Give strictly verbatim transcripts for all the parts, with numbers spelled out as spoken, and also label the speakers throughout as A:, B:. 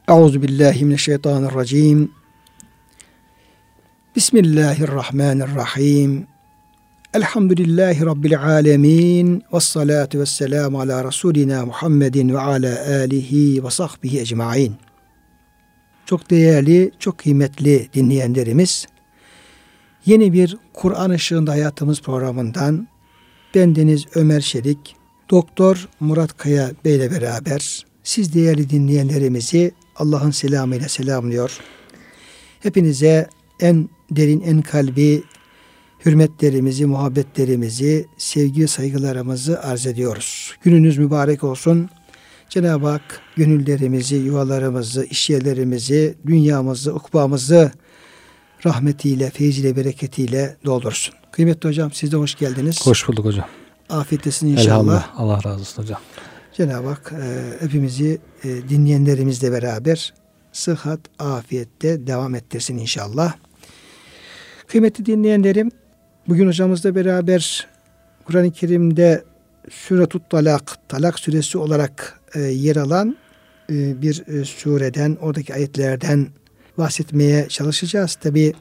A: Euzubillahimineşşeytanirracim. Bismillahirrahmanirrahim. Elhamdülillahi Rabbil alemin. Vessalatu vesselamu ala Resulina Muhammedin ve ala alihi ve sahbihi ecmain. Çok değerli, çok kıymetli dinleyenlerimiz, yeni bir Kur'an Işığında Hayatımız programından bendeniz Ömer Şerik, Doktor Murat Kaya Bey ile beraber siz değerli dinleyenlerimizi Allah'ın selamıyla selamlıyor. Hepinize en derin, en kalbi hürmetlerimizi, muhabbetlerimizi, sevgi, saygılarımızı arz ediyoruz. Gününüz mübarek olsun. Cenab-ı Hak gönüllerimizi, yuvalarımızı, işyerlerimizi, dünyamızı, ukbamızı rahmetiyle, feyziyle, bereketiyle doldursun. Kıymetli hocam, siz de hoş geldiniz.
B: Hoş bulduk hocam.
A: Afiyetlesin inşallah.
B: Elhamdülillah. Allah razı olsun hocam.
A: Cenab-ı Hak e, hepimizi e, dinleyenlerimizle beraber sıhhat, afiyette devam ettirsin inşallah. Kıymetli dinleyenlerim, bugün hocamızla beraber Kur'an-ı Kerim'de Suretut Talak, Talak suresi olarak e, yer alan e, bir e, sureden, oradaki ayetlerden bahsetmeye çalışacağız. Tabi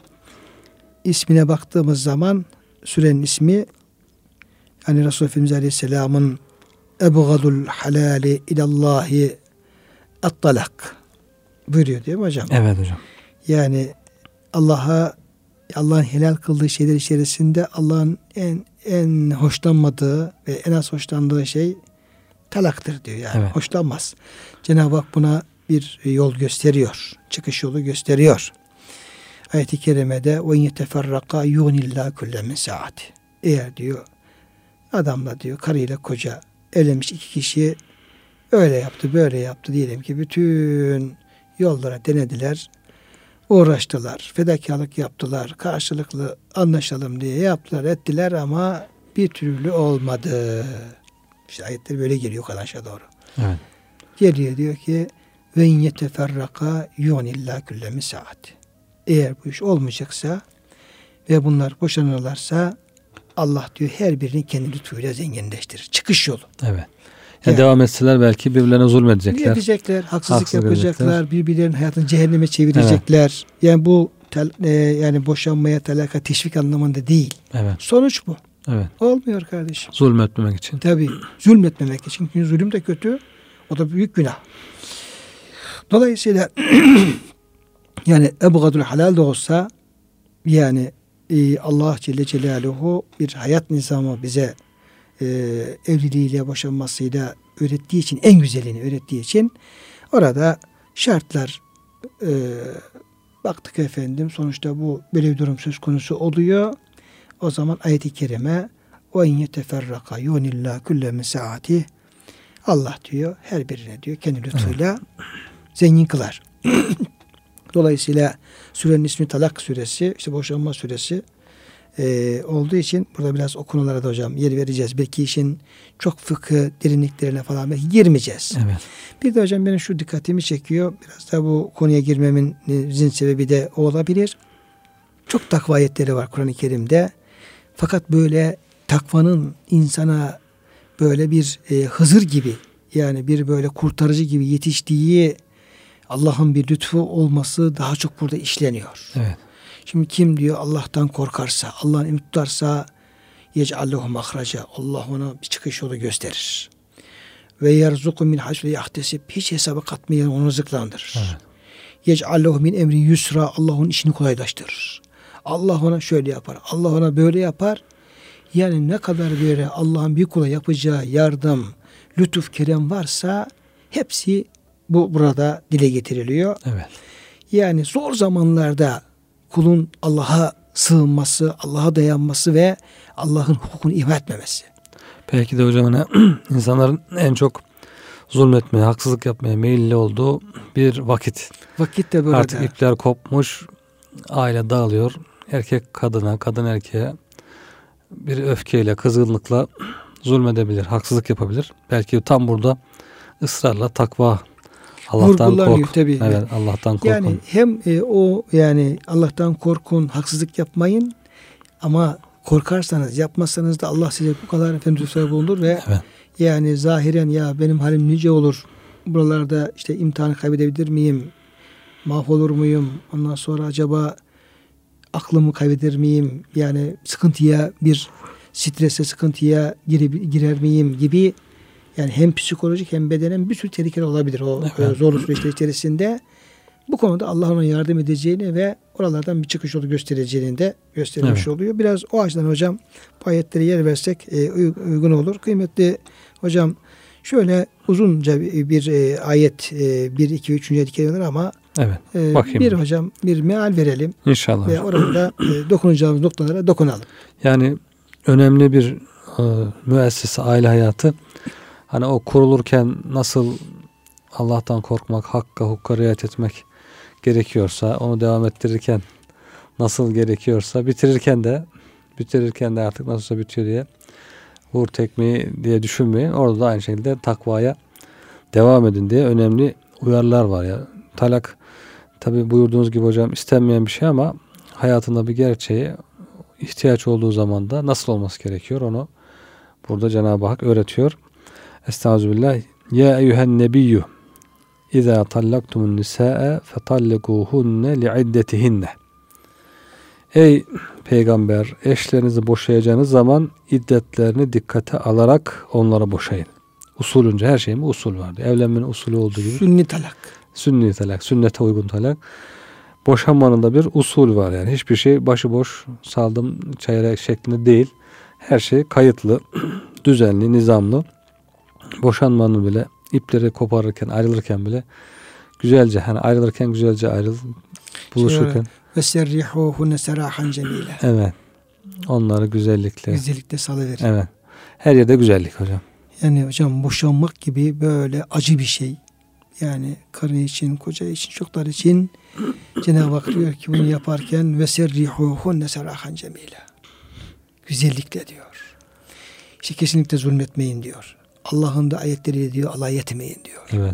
A: ismine baktığımız zaman surenin ismi, yani Resulullah Efendimiz Aleyhisselam'ın ebgadul halali ilallahi at-talak buyuruyor değil mi hocam?
B: Evet hocam.
A: Yani Allah'a, Allah'ın helal kıldığı şeyler içerisinde Allah'ın en en hoşlanmadığı ve en az hoşlandığı şey talaktır diyor yani. Evet. Hoşlanmaz. Cenab-ı Hak buna bir yol gösteriyor. Çıkış yolu gösteriyor. Ayet-i kerimede ve yeteferraka yunillahu kulle min saati. Eğer diyor adamla diyor karıyla koca evlenmiş iki kişi öyle yaptı böyle yaptı diyelim ki bütün yollara denediler, uğraştılar, fedakarlık yaptılar, karşılıklı anlaşalım diye yaptılar ettiler ama bir türlü olmadı. İşte ayetler böyle geliyor kadar aşağı doğru.
B: Evet.
A: Geliyor diyor ki ve yeteferraka yunillahu kulle min saati. Eğer bu iş olmayacaksa ve bunlar boşanırlarsa Allah diyor her birini kendi lütfuyla zenginleştirir. Çıkış yolu.
B: Evet. Yani, yani devam etseler belki birbirlerine zulmedecekler.
A: Yapacaklar, haksızlık
B: Haksızlık
A: yapacaklar,
B: edecekler.
A: birbirlerinin hayatını cehenneme çevirecekler. Evet. Yani bu tel, e, yani boşanmaya, talaka teşvik anlamında değil.
B: Evet.
A: Sonuç bu.
B: Evet.
A: Olmuyor kardeşim.
B: Zulmetmemek için.
A: Tabii. Zulmetmemek için. Çünkü zulüm de kötü. O da büyük günah. Dolayısıyla yani ebgadul halal de olsa yani e, Allah Celle Celaluhu bir hayat nizamı bize e, evliliğiyle boşanmasıyla öğrettiği için, en güzelini öğrettiği için orada şartlar e, baktık efendim sonuçta bu böyle bir durum söz konusu oluyor. O zaman ayet-i kerime o in yeteferraka yunillahu kulle min saati, Allah diyor her birine diyor kendi lütfuyla zengin kılar. Dolayısıyla surenin ismi Talak suresi, işte boşanma suresi e, olduğu için burada biraz o konulara da hocam yer vereceğiz. Belki işin çok fıkıh derinliklerine falan belki girmeyeceğiz.
B: Evet.
A: Bir de hocam benim şu dikkatimi çekiyor. Biraz da bu konuya girmemin e, sebebi de o olabilir. Çok takva ayetleri var Kur'an-ı Kerim'de. Fakat böyle takvanın insana böyle bir e, Hızır gibi, yani bir böyle kurtarıcı gibi yetiştiği, Allah'ın bir lütfu olması daha çok burada işleniyor.
B: Evet.
A: Şimdi kim diyor Allah'tan korkarsa, Allah'ın emri tutarsa yec'allehu mahraca, Allah ona bir çıkış yolu gösterir. Ve yerzuku min hasbi yahtesib, hiç hesaba katmayan onu rızıklandırır. Evet. Yec'allehu min emri yusra, Allah onun işini kolaylaştırır. Allah ona şöyle yapar, Allah ona böyle yapar. Yani ne kadar böyle Allah'ın bir kula yapacağı yardım, lütuf, kerem varsa hepsi bu burada dile getiriliyor.
B: Evet. Yani
A: zor zamanlarda kulun Allah'a sığınması, Allah'a dayanması ve Allah'ın hukukunu ihmal etmemesi.
B: Belki de hocam hani insanların en çok zulmetmeye, haksızlık yapmaya meyilli olduğu bir vakit.
A: Vakit de burada.
B: Artık ipler kopmuş, aile dağılıyor. Erkek kadına, kadın erkeğe bir öfkeyle, kızgınlıkla zulmedebilir, haksızlık yapabilir. Belki tam burada ısrarla takva, Allah'tan kork.
A: Tabii.
B: Evet, Allah'tan korkun.
A: Yani hem e, o yani Allah'tan korkun, haksızlık yapmayın ama korkarsanız, yapmazsanız da Allah size bu kadar efendim lütfen bulunur ve evet. Yani zahiren ya benim halim nice olur, buralarda işte imtihanı kaybedebilir miyim, mahvolur muyum? Ondan sonra acaba aklımı kaybeder miyim? Yani sıkıntıya, bir strese, sıkıntıya gire, girer miyim gibi, yani hem psikolojik hem bedenen bir sürü tehlikeler olabilir o evet. zorlu süreçler içerisinde. Bu konuda Allah ona yardım edeceğini ve oralardan bir çıkış yolu göstereceğini de göstermiş evet. oluyor. Biraz o açıdan hocam bu ayetleri yer versek e, uygun olur. Kıymetli hocam, şöyle uzunca bir, bir e, ayet e, bir, iki, üçüncü ayet kelimeler ama
B: evet.
A: e, bir hocam bir meal verelim.
B: İnşallah.
A: Ve orada e, dokunacağımız noktalara dokunalım.
B: Yani önemli bir e, müessese, aile hayatı. Hani o kurulurken nasıl Allah'tan korkmak, hakka, hukka riayet etmek gerekiyorsa, onu devam ettirirken nasıl gerekiyorsa, bitirirken de bitirirken de artık nasılsa bitiyor diye vur tekmeyi diye düşünmeyin. Orada da aynı şekilde takvaya devam edin diye önemli uyarılar var ya. Talak tabi buyurduğunuz gibi hocam istenmeyen bir şey ama hayatında bir gerçeği, ihtiyaç olduğu zaman da nasıl olması gerekiyor onu burada Cenab-ı Hak öğretiyor. Estağfirullah. Ya eyyühen nebiyyü İzâ tallaktumun nisâe fetallikuhunne li'iddetihinne. Ey peygamber, eşlerinizi boşayacağınız zaman iddetlerini dikkate alarak onlara boşayın. Usulünce, her şeyin bir usul vardı. Evlenmenin usulü olduğu gibi.
A: Sünni talak.
B: Sünni talak, sünnete uygun talak. Boşanmanın da bir usul var yani. Hiçbir şey başıboş saldım çeyrek şeklinde değil. Her şey kayıtlı, düzenli, nizamlı. Boşanmanın bile ipleri koparırken, ayrılırken bile güzelce, hani ayrılırken güzelce ayrıl, buluşurken
A: ve serrihuhunne serahan cemile.
B: Evet. Onları güzellikle
A: güzellikle salıverin.
B: Evet. Her yerde güzellik hocam.
A: Yani hocam boşanmak gibi böyle acı bir şey. Yani karı için, koca için, çocuklar için Cenab-ı Hak diyor ki bunu yaparken ve serrihuhunne serahan cemile. Güzellikle diyor. İşte kesinlikle zulmetmeyin diyor. Allah'ın da ayetleriyle diyor alay etmeyin diyor.
B: Evet.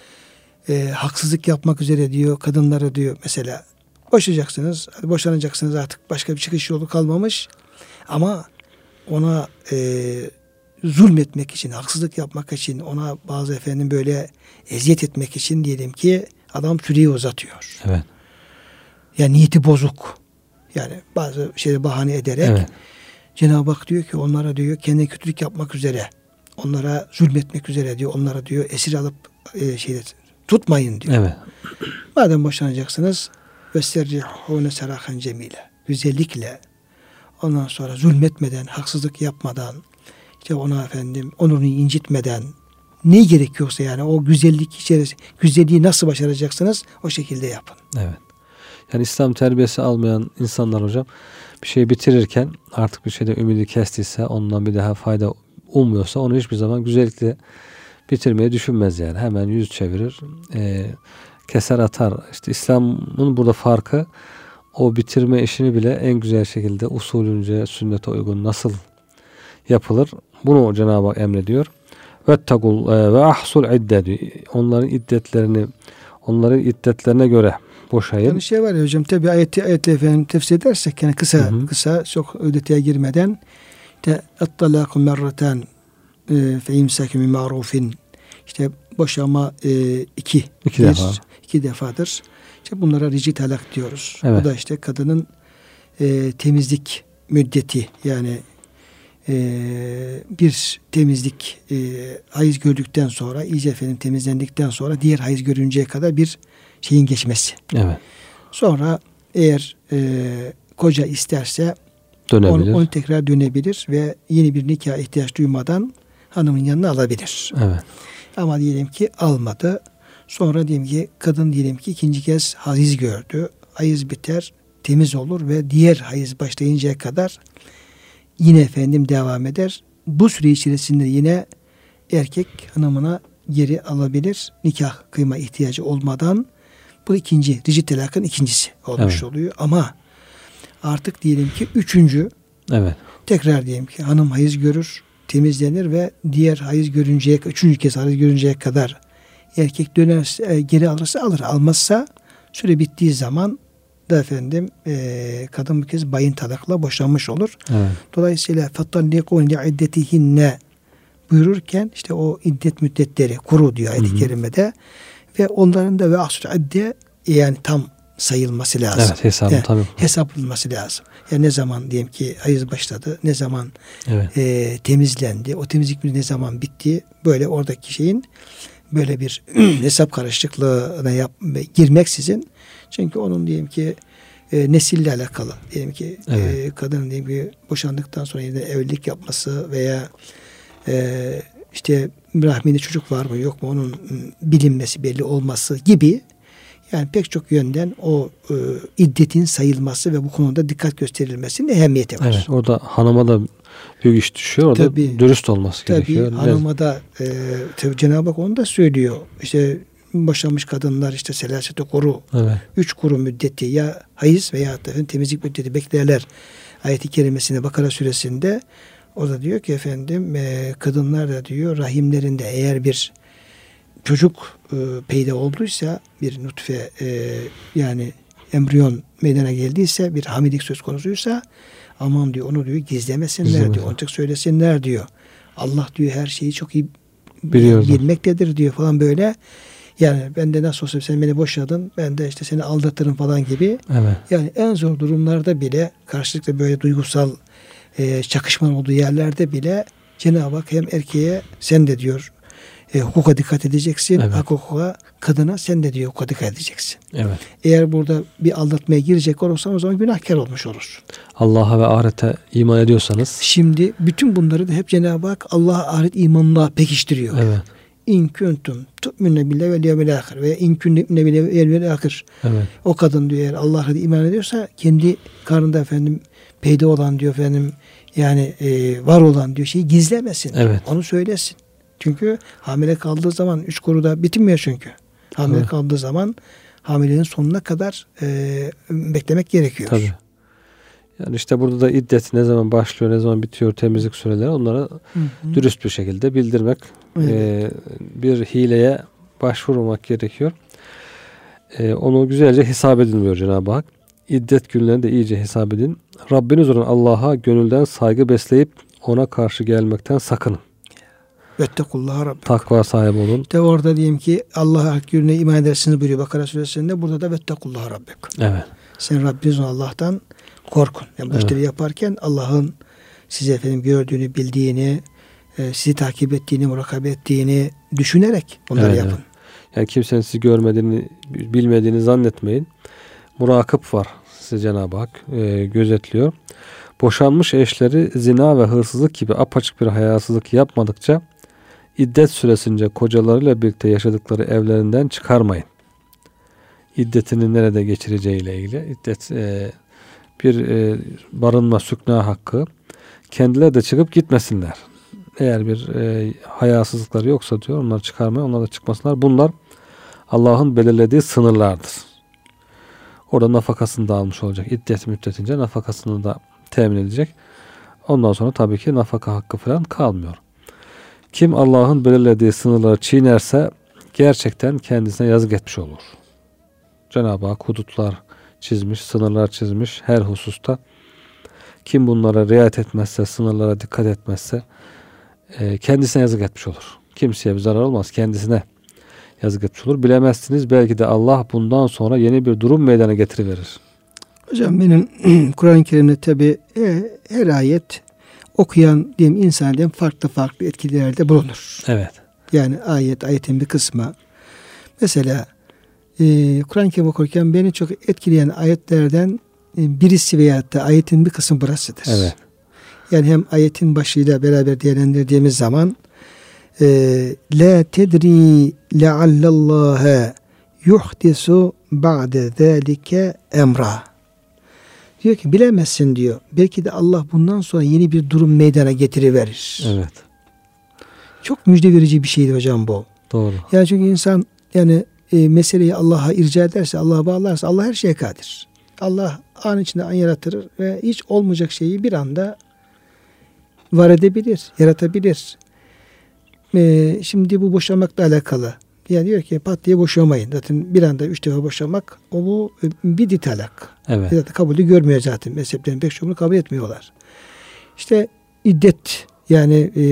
A: Ee, haksızlık yapmak üzere diyor kadınlara diyor mesela boşayacaksınız, boşanacaksınız, artık başka bir çıkış yolu kalmamış ama ona e, zulmetmek için, haksızlık yapmak için, ona bazı efendim böyle eziyet etmek için diyelim ki adam süreyi uzatıyor.
B: Evet.
A: Yani niyeti bozuk. Yani bazı şeyleri bahane ederek evet. Cenab-ı Hak diyor ki onlara diyor kendine kötülük yapmak üzere, onlara zulmetmek üzere diyor, onlara diyor esir alıp e, şeyde tutmayın diyor.
B: Evet.
A: Madem boşanacaksınız vesterrihune serahan cemile. Güzellikle, ondan sonra zulmetmeden, haksızlık yapmadan, işte ona efendim onurunu incitmeden, ne gerekiyorsa yani o güzellik içerisinde, güzelliği nasıl başaracaksınız o şekilde yapın.
B: Evet. Yani İslam terbiyesi almayan insanlar hocam bir şey bitirirken artık bir şeyde ümidi kestiyse, ondan bir daha fayda ummuyorsa onu hiçbir zaman güzellikle bitirmeyi düşünmez yani. Hemen yüz çevirir, e, keser atar. İşte İslam'ın burada farkı, o bitirme işini bile en güzel şekilde usulünce, sünnete uygun nasıl yapılır? Bunu Cenab-ı Hak emrediyor. Vettegul ve ahsul iddeti. Onların iddetlerini, onların iddetlerine göre boşayın. Yani
A: şey var ya hocam, tabi ayeti ayetle efendim tefsir edersek yani kısa hı hı. kısa çok ödeteye girmeden işte et-talâku merreten fe imsâkü min ma'rufin, işte boşama e, iki
B: iki,
A: bir,
B: defa.
A: iki defadır. İşte bunlara rici talak diyoruz.
B: Evet.
A: Bu da işte kadının e, temizlik müddeti, yani e, bir temizlik e, hayız gördükten sonra, iyice efendim temizlendikten sonra diğer hayız görünceye kadar bir şeyin geçmesi.
B: Evet.
A: Sonra eğer e, koca isterse
B: dönebilir.
A: Onu, onu tekrar dönebilir ve yeni bir nikah ihtiyaç duymadan hanımın yanına alabilir.
B: Evet.
A: Ama diyelim ki almadı. Sonra diyelim ki kadın diyelim ki ikinci kez hayız gördü. Hayız biter, temiz olur ve diğer hayız başlayıncaya kadar yine efendim devam eder. Bu süre içerisinde yine erkek hanımına geri alabilir. Nikah kıyma ihtiyacı olmadan. Bu ikinci, rici talakın ikincisi olmuş evet. oluyor. Ama artık diyelim ki üçüncü,
B: evet.
A: tekrar diyelim ki hanım hayız görür, temizlenir ve diğer hayız görünceye, üçüncü kez hayız görünceye kadar erkek dönerse, geri alırsa alır, almazsa süre bittiği zaman da efendim e, kadın bir kez bayın talakla boşanmış olur.
B: Evet.
A: Dolayısıyla فَطَلِّقُونَ لِعِدَّتِهِنَّ buyururken işte o iddet müddetleri kuru diyor ayet-i kerimede ve onların da ve ahsul adde yani tam sayılması lazım.
B: Evet, hesabı
A: yani,
B: tabii.
A: Hesaplanması lazım. Yani ne zaman diyelim ki hayız başladı, ne zaman
B: evet.
A: e, temizlendi, o temizlik ne zaman bitti, böyle oradaki şeyin böyle bir hesap karışıklığına yap, girmeksizin, çünkü onun diyelim ki e, nesille alakalı, diyelim ki evet. e, kadının diyelim ki boşandıktan sonra yine evlilik yapması veya e, işte rahminde çocuk var mı yok mu onun bilinmesi, belli olması gibi, yani pek çok yönden o e, iddetin sayılması ve bu konuda dikkat gösterilmesinin ehemmiyeti var.
B: Evet, orada hanıma da büyük iş düşüyor. Orada tabii, dürüst olması
A: tabii,
B: gerekiyor.
A: Tabii hanıma da e, tabii Cenab-ı Hak onu da söylüyor. İşte boşanmış kadınlar işte selasete kuru, evet. üç kuru müddeti ya hayız veya da temizlik müddeti beklerler. Ayet-i kerimesine Bakara suresinde o da diyor ki efendim e, kadınlar da diyor rahimlerinde eğer bir çocuk e, peyda olduysa, bir nutfe e, yani embriyon meydana geldiyse, bir hamilelik söz konusuysa aman diyor onu diyor gizlemesinler Gizlemez. diyor. Ancak söylesinler diyor. Allah diyor her şeyi çok iyi Biliyoruz. bilmektedir diyor falan böyle. Yani ben de nasıl olsa sen beni boşadın, ben de işte seni aldatırım falan gibi. Evet. Yani en zor durumlarda bile karşılıklı böyle duygusal e, çakışmanın olduğu yerlerde bile Cenab-ı Hak hem erkeğe sen de diyor E, hukuka dikkat edeceksin. Evet. Hak hukuka, kadına sen de diyor hukuka dikkat edeceksin. Evet. Eğer burada bir aldatmaya girecek olursan o zaman günahkar olmuş olursun.
B: Allah'a ve ahirete iman ediyorsanız.
A: Şimdi bütün bunları da hep Cenab-ı Hak Allah'a ahiret imanına pekiştiriyor. Evet. İn kuntum tu'minne billahi vel yevmil ahir ve in kuntum billahi vel yevmil ahir. Evet. O kadın diyor eğer Allah'a iman ediyorsa kendi karnında efendim peyda olan diyor efendim yani e, var olan diyor şeyi gizlemesin. Evet. Onu söylesin. Çünkü hamile kaldığı zaman üç koruda bitinmiyor çünkü. Hamile evet. kaldığı zaman hamileliğin sonuna kadar e, beklemek gerekiyor.
B: Tabii. Yani işte burada da iddet ne zaman başlıyor, ne zaman bitiyor, temizlik süreleri onlara hı hı. dürüst bir şekilde bildirmek, evet. e, bir hileye başvurmak gerekiyor. E, onu güzelce hesap edin diyor Cenab-ı Hak. İddet günlerini de iyice hesap edin. Rabbiniz olan Allah'a gönülden saygı besleyip ona karşı gelmekten sakının.
A: Vettekullaha Rabbek.
B: Takva sahibi olun.
A: De orada diyeyim ki Allah'a gününe iman edersiniz buyuruyor Bakara suresinde. Burada da vettekullaha Rabbek. Evet. Sen Rabbiniz olan Allah'tan korkun. Yani bu evet. işleri yaparken Allah'ın sizi efendim gördüğünü, bildiğini, e, sizi takip ettiğini, murakabe ettiğini düşünerek onları evet, yapın. Evet.
B: Yani kimsenin sizi görmediğini, bilmediğini zannetmeyin. Murakip var size Cenab-ı Hak e, gözetliyor. Boşanmış eşleri zina ve hırsızlık gibi apaçık bir hayasızlık yapmadıkça İddet süresince kocalarıyla birlikte yaşadıkları evlerinden çıkarmayın. İddetini nerede geçireceğiyle ilgili. İddet e, bir e, barınma, sükna hakkı. Kendileri de çıkıp gitmesinler. Eğer bir e, hayasızlıkları yoksa diyor onları çıkarmayın, onlar da çıkmasınlar. Bunlar Allah'ın belirlediği sınırlardır. Orada nafakasını da almış olacak. İddet müddetince nafakasını da temin edecek. Ondan sonra tabii ki nafaka hakkı falan kalmıyor. Kim Allah'ın belirlediği sınırları çiğnerse gerçekten kendisine yazık etmiş olur. Cenab-ı Hak hudutlar çizmiş, sınırlar çizmiş her hususta. Kim bunlara riayet etmezse, sınırlara dikkat etmezse kendisine yazık etmiş olur. Kimseye bir zarar olmaz, kendisine yazık etmiş olur. Bilemezsiniz, belki de Allah bundan sonra yeni bir durum meydana getiriverir.
A: Hocam benim Kur'an-ı Kerim'de tabi her ayet okuyan diyeyim insan diyeyim farklı farklı etkilerde bulunur. Evet. Yani ayet ayetin bir kısmı. Mesela e, Kur'an-ı Kerim okurken beni çok etkileyen ayetlerden e, birisi veyahut da ayetin bir kısmı burasıdır. Evet. Yani hem ayetin başıyla beraber değerlendirdiğimiz zaman e, la tedri leallallaha yuhdisu ba'de zalike emra. Diyor ki bilemezsin diyor. Belki de Allah bundan sonra yeni bir durum meydana getiriverir. Evet. Çok müjde verici bir şeydi hocam bu.
B: Doğru.
A: Yani çünkü insan yani e, meseleyi Allah'a irca ederse, Allah'a bağlarsa Allah her şeye kadir. Allah an içinde an yaratır ve hiç olmayacak şeyi bir anda var edebilir, yaratabilir. E, şimdi bu boşanmakla alakalı. Yani diyor ki pat diye boşamayın. Zaten bir anda üç defa boşamak o bu bir di talak. Evet. Zaten kabulü görmüyor zaten. Mezheplerin pek çoğunu kabul etmiyorlar. İşte iddet yani e,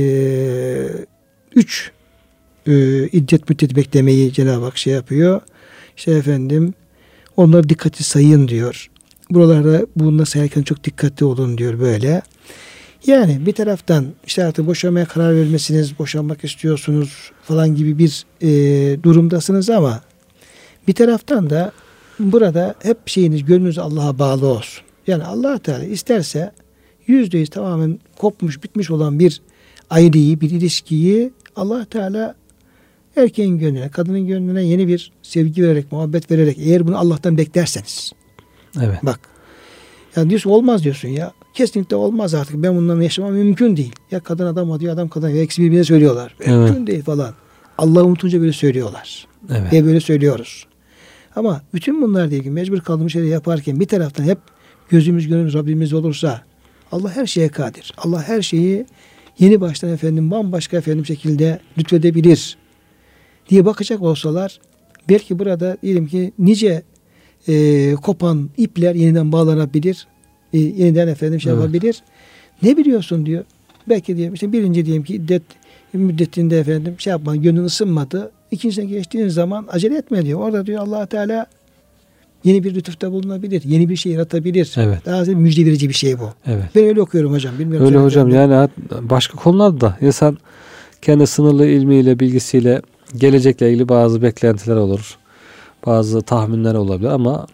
A: üç e, iddet müddeti beklemeyi Cenab-ı Hak şey yapıyor. İşte efendim Onları dikkati sayın diyor. Buralarda bununla sayarken çok dikkatli olun diyor böyle. Yani bir taraftan işte artık boşanmaya karar vermesiniz, boşanmak istiyorsunuz falan gibi bir e, durumdasınız ama bir taraftan da burada hep şeyiniz, gönlünüz Allah'a bağlı olsun. Yani Allah Teala isterse yüzde yüz tamamen kopmuş, bitmiş olan bir aileyi, bir ilişkiyi Allah Teala erkeğin gönlüne, kadının gönlüne yeni bir sevgi vererek, muhabbet vererek, eğer bunu Allah'tan beklerseniz.
B: Evet.
A: Bak. Yani diyorsun olmaz diyorsun ya. Kesinlikle olmaz artık. Ben bundan yaşamam mümkün değil. Ya kadın adam diyor, adam kadın. Ya ikisi birbirine söylüyorlar. Evet. Mümkün değil falan. Allah'ı unutunca böyle söylüyorlar.
B: Evet.
A: Ve böyle söylüyoruz. Ama bütün bunlar değil ki mecbur kaldığımız şeyleri yaparken bir taraftan hep gözümüz gönlümüz Rabbimiz olursa Allah her şeye kadir. Allah her şeyi yeni baştan efendim bambaşka efendim şekilde lütfedebilir diye bakacak olsalar belki burada diyelim ki nice e, kopan ipler yeniden bağlanabilir. E, yeniden efendim şey
B: evet.
A: yapabilir. Ne biliyorsun diyor. Belki diyelim işte birinci diyelim ki iddet müddetinde efendim şey yapma, gönlün ısınmadı. İkincisine geçtiğin zaman acele etme diyor. Orada diyor Allah Teala yeni bir lütufta bulunabilir. Yeni bir şey yaratabilir.
B: Evet.
A: Daha müjde verici bir şey bu.
B: Evet.
A: Ben öyle okuyorum hocam. Bilmiyorum
B: öyle hocam
A: de.
B: yani başka konularda da insan kendi sınırlı ilmiyle, bilgisiyle gelecekle ilgili bazı beklentiler olur. Bazı tahminler olabilir ama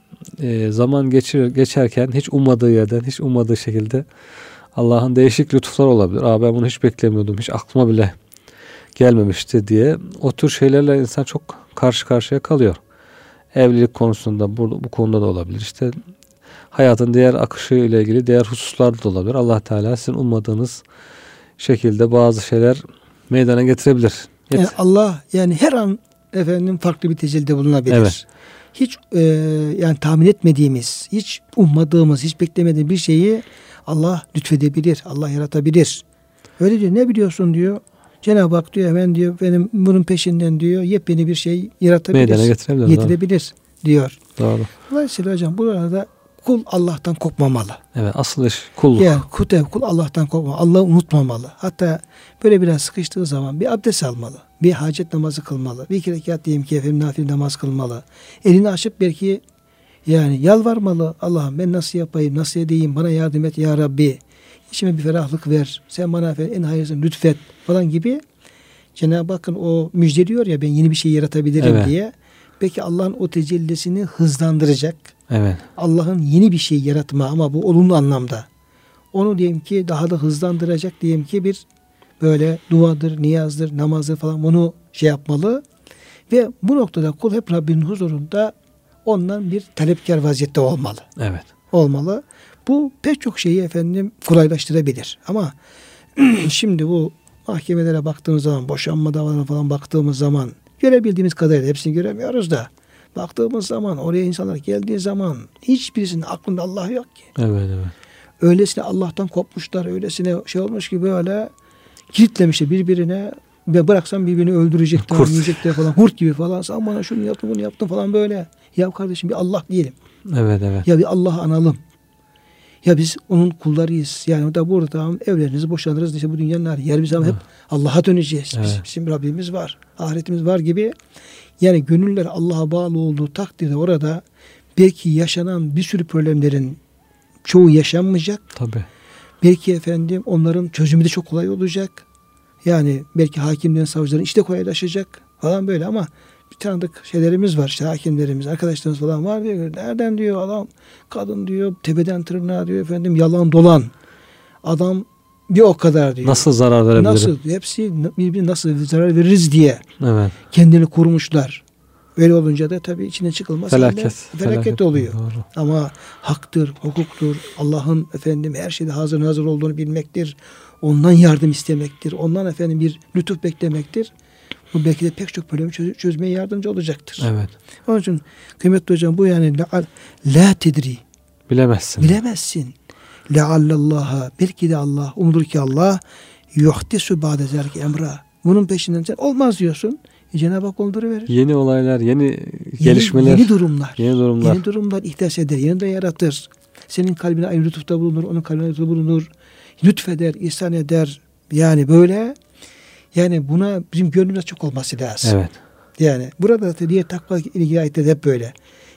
B: e, zaman geçir, geçerken hiç ummadığı yerden, hiç ummadığı şekilde Allah'ın değişik lütuflar olabilir. Aa ben bunu hiç beklemiyordum. Hiç aklıma bile gelmemişti diye. O tür şeylerle insan çok karşı karşıya kalıyor. Evlilik konusunda bu, bu konuda da olabilir. İşte hayatın diğer akışı ile ilgili diğer hususlarda da olabilir. Allah Teala sizin ummadığınız şekilde bazı şeyler meydana getirebilir.
A: Yani Allah yani her an efendim farklı bir tecellide bulunabilir.
B: Evet.
A: Hiç e, yani tahmin etmediğimiz, hiç ummadığımız, hiç beklemediğimiz bir şeyi Allah lütfedebilir. Allah yaratabilir. Öyle diyor. Ne biliyorsun diyor. Cenab-ı Hak diyor hemen diyor benim bunun peşinden diyor yepyeni bir şey yaratabilir.
B: Meydana getirebilir.
A: Getirebilir diyor.
B: Doğru.
A: Dolayısıyla hocam burada kul Allah'tan kopmamalı.
B: Evet, asıl iş kulluk.
A: Yani kul, kul Allah'tan kopmamalı. Allah'ı unutmamalı. Hatta böyle biraz sıkıştığı zaman bir abdest almalı. Bir hacet namazı kılmalı. Bir iki rekat diyelim ki efendim nafile namaz kılmalı. Elini açıp belki yani yalvarmalı. Allah'ım ben nasıl yapayım, nasıl edeyim, bana yardım et ya Rabbi. İçime bir ferahlık ver. Sen bana en hayırlısını lütfet falan gibi. Cenab-ı Hakk'ın o müjdeliyor ya ben yeni bir şey yaratabilirim evet. diye. Belki Allah'ın o tecellisini hızlandıracak.
B: Evet.
A: Allah'ın yeni bir şey yaratma ama bu olumlu anlamda. Onu diyelim ki daha da hızlandıracak diyelim ki bir böyle duadır, niyazdır, namazdır falan bunu şey yapmalı. Ve bu noktada kul hep Rabbinin huzurunda ondan bir talepkar vaziyette olmalı.
B: Evet.
A: Olmalı. Bu pek çok şeyi efendim kolaylaştırabilir. Ama şimdi bu mahkemelere baktığımız zaman, boşanma davalarına falan baktığımız zaman görebildiğimiz kadarıyla hepsini göremiyoruz da baktığımız zaman oraya insanlar geldiği zaman hiçbirisinin aklında Allah yok ki.
B: Evet, evet.
A: Öylesine Allah'tan kopmuşlar, öylesine şey olmuş ki böyle kilitlemişler birbirine ve bıraksan birbirini öldürecekler, yiyecekler falan, hurt gibi falan. Sen bana şunu yaptın, bunu yaptın falan böyle. Ya kardeşim bir Allah diyelim.
B: Evet, evet.
A: Ya bir Allah'ı analım. Ya biz onun kullarıyız. Yani da burada tamam evlerinizi boşanırız. İşte bu dünyanın hali. Yani biz ama hep Allah'a döneceğiz. Evet. Bizim, bizim Rabbimiz var. Ahiretimiz var gibi. Yani gönüller Allah'a bağlı olduğu takdirde orada belki yaşanan bir sürü problemlerin çoğu yaşanmayacak.
B: Tabii.
A: Belki efendim onların çözümü de çok kolay olacak. Yani belki hakimlerin, savcıların işte kolaylaşacak falan böyle ama bir tanıdık şeylerimiz var. İşte hakimlerimiz, arkadaşlarımız falan var diyor. Nereden diyor adam, kadın diyor tepeden tırnağa diyor efendim yalan dolan. Adam bir o kadar diyor.
B: Nasıl zarar verebilir?
A: Nasıl? Hepsi birbirine nasıl zarar veririz diye.
B: Evet.
A: Kendini kurmuşlar. Öyle olunca da tabii içine çıkılmaz.
B: Felaket.
A: Felaket,
B: Felaket
A: oluyor.
B: Doğru.
A: Ama haktır, hukuktur. Allah'ın efendim her şeyde hazır nazır olduğunu bilmektir. Ondan yardım istemektir. Ondan efendim bir lütuf beklemektir. Bu belki de pek çok problemi çöz- çözmeye yardımcı olacaktır.
B: Evet.
A: Onun için kıymetli hocam bu yani la, la tedri.
B: Bilemezsin.
A: Bilemezsin. Leallallaha belki de Allah umulur ki Allah yuhtisu ba'de zelike emra. Bunun peşinden sen olmaz diyorsun. E, Cenab-ı Hak olduruverir.
B: Yeni olaylar, yeni,
A: Yeni
B: gelişmeler.
A: Yeni durumlar.
B: Yeni durumlar.
A: Yeni durumlar ihdas eder. Yeniden yaratır. Senin kalbine aynı lütufta bulunur. Onun kalbine lütufta bulunur. Lütfeder, ihsan eder. Yani böyle yani buna bizim gönlümüz çok olması lazım.
B: Evet.
A: Yani burada da diye takva ilgili ayetler hep böyle.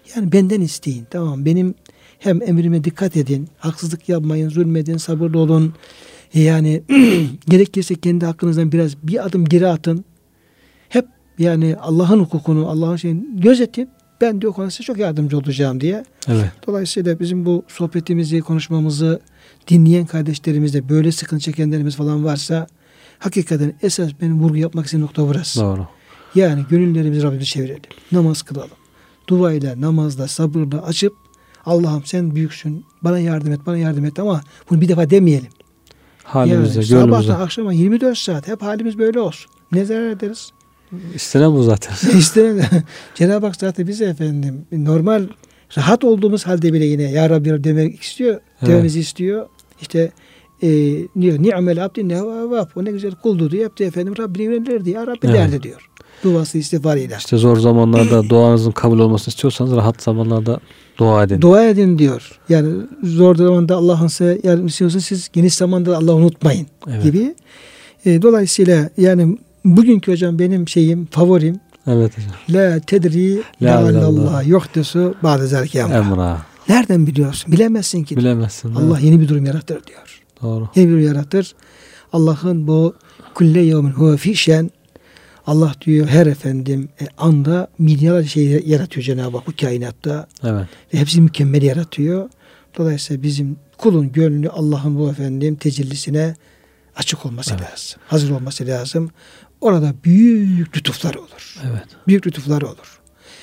A: Yani benden isteyin. Tamam, benim hem emrime dikkat edin. Haksızlık yapmayın, zulmedin, sabırlı olun. Yani gerekirse kendi hakkınızdan biraz bir adım geri atın. Hep yani Allah'ın hukukunu, Allah'ın şeyini gözetin. Ben de o konuda size çok yardımcı olacağım diye.
B: Evet.
A: Dolayısıyla bizim bu sohbetimizi, konuşmamızı dinleyen kardeşlerimizde böyle sıkıntı çekenlerimiz falan varsa hakikaten esas benim vurgu yapmak istediğim nokta burası.
B: Doğru.
A: Yani gönüllerimizi Rabbimize çevirelim. Namaz kılalım. Duayla, namazla, sabırla açıp Allah'ım sen büyüksün, bana yardım et, bana yardım et ama bunu bir defa demeyelim.
B: Halimize,
A: yani,
B: gönlümüze.
A: Sabahtan akşama yirmi dört saat hep halimiz böyle olsun. Ne zarar ederiz?
B: İstenen bu zaten.
A: İstenen Cenab-ı Hak zaten bize efendim normal rahat olduğumuz halde bile yine Ya Rabbi demek istiyor. Evet. Dememizi istiyor. İşte e, diyor ni'mel abdin nevvab. O ne güzel kuldu diyor. Hep de efendim Rabbini yönelirdi. Ya Rabbi evet. derdi diyor. Duası istiğfarıyla.
B: İşte zor zamanlarda duanızın kabul olmasını istiyorsanız rahat zamanlarda dua edin.
A: Dua edin diyor. Yani zor zamanda Allah'ın size yardım istiyorsanız siz geniş zamanda Allah'ı unutmayın evet. gibi. E, dolayısıyla yani bugünkü hocam benim şeyim, favorim.
B: Evet hocam.
A: La tedri la'allallah yuhdesu ba'de zalike emra. Nereden biliyorsun? Bilemezsin ki.
B: Bilemezsin.
A: Allah yeni bir durum yaratır diyor.
B: Doğru.
A: Yeni bir durum yaratır. Allah'ın bu kulle yevmin huve fişen Allah diyor her efendim e, anda milyarlarca şey yaratıyor Cenab-ı Hak bu kainatta.
B: Evet.
A: Ve hepsi mükemmel yaratıyor. Dolayısıyla bizim kulun gönlü Allah'ın bu efendim tecellisine açık olması evet. lazım. Hazır olması lazım. Orada büyük lütuflar olur.
B: Evet.
A: Büyük lütuflar olur.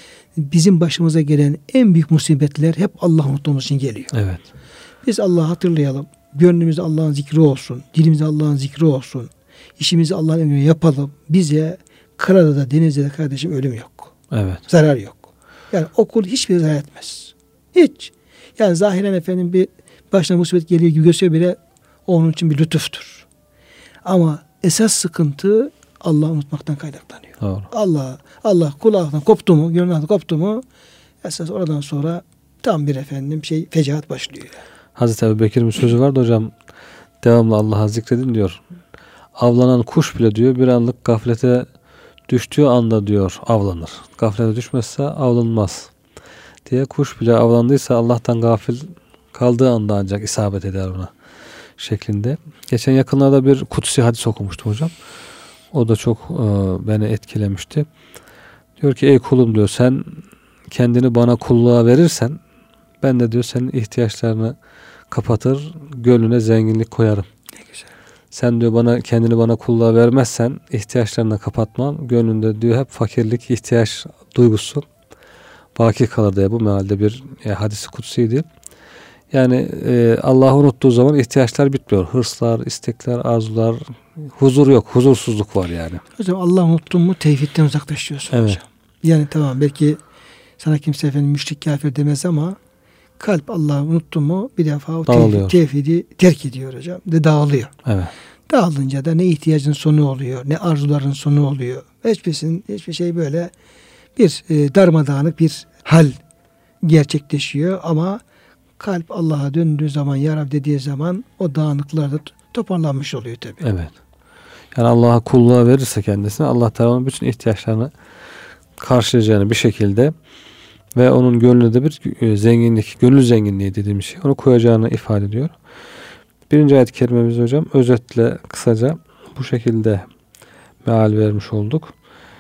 A: Bizim başımıza gelen en büyük musibetler hep Allah'ı unuttuğumuz için geliyor.
B: Evet.
A: Biz Allah'ı hatırlayalım. Gönlümüzde Allah'ın zikri olsun. Dilimizde Allah'ın zikri olsun. İşimizi Allah'ın emriyle yapalım. Bize karada da denizde de kardeşim ölüm yok.
B: Evet.
A: Zarar yok. Yani o kul hiçbir zarar etmez. Hiç. Yani zahiren efendim bir başına musibet geliyor gibi gösteriyor bile onun için bir lütuftur. Ama esas sıkıntı Allah'ı unutmaktan kaynaklanıyor.
B: Doğru.
A: Allah Allah kulağından koptu mu, gönlünden koptu mu esas oradan sonra tam bir efendim şey fecaat başlıyor.
B: Hazreti Ebubekir'in bir sözü vardı hocam. Devamlı Allah'a zikredin diyor. Avlanan kuş bile diyor bir anlık gaflete düştüğü anda diyor avlanır. Gaflete düşmezse avlanmaz diye kuş bile avlandıysa Allah'tan gafil kaldığı anda ancak isabet eder ona şeklinde. Geçen yakınlarda bir kutsi hadis okumuştum hocam. O da çok e, beni etkilemişti. Diyor ki ey kulum diyor sen kendini bana kulluğa verirsen ben de diyor senin ihtiyaçlarını kapatır gönlüne zenginlik koyarım.
A: Ne güzel.
B: Sen diyor bana kendini bana kulluğa vermezsen ihtiyaçlarını kapatmam. Gönlünde diyor hep fakirlik, ihtiyaç duygusu baki kalır diye bu mealde bir e, hadisi kutsiydi. Yani e, Allah'ı unuttuğu zaman ihtiyaçlar bitmiyor. Hırslar, istekler, arzular, huzur yok. Huzursuzluk var yani.
A: Hocam Allah'ı unuttun mu tevhidden uzaklaşıyorsun
B: evet.
A: hocam. Yani tamam belki sana kimse efendim müşrik kafir demez ama kalp Allah'ı unuttu mu bir defa o tevhid, tevhidi terk ediyor hocam. De dağılıyor.
B: Evet.
A: Dağılınca da ne ihtiyacın sonu oluyor, ne arzuların sonu oluyor. Hiçbirisinin, hiçbir şey böyle bir e, darmadağınık bir hal gerçekleşiyor ama kalp Allah'a döndüğü zaman, Ya Rabbi dediği zaman o dağınıklar da toparlanmış oluyor tabii.
B: Evet. Yani Allah'a kulluğa verirse kendisine Allah Teala'nın bütün ihtiyaçlarını karşılayacağını bir şekilde ve onun gönlünde bir zenginlik, gönül zenginliği dediğim şey onu koyacağını ifade ediyor. Birinci ayet-i kerimemiz hocam özetle kısaca bu şekilde meal vermiş olduk.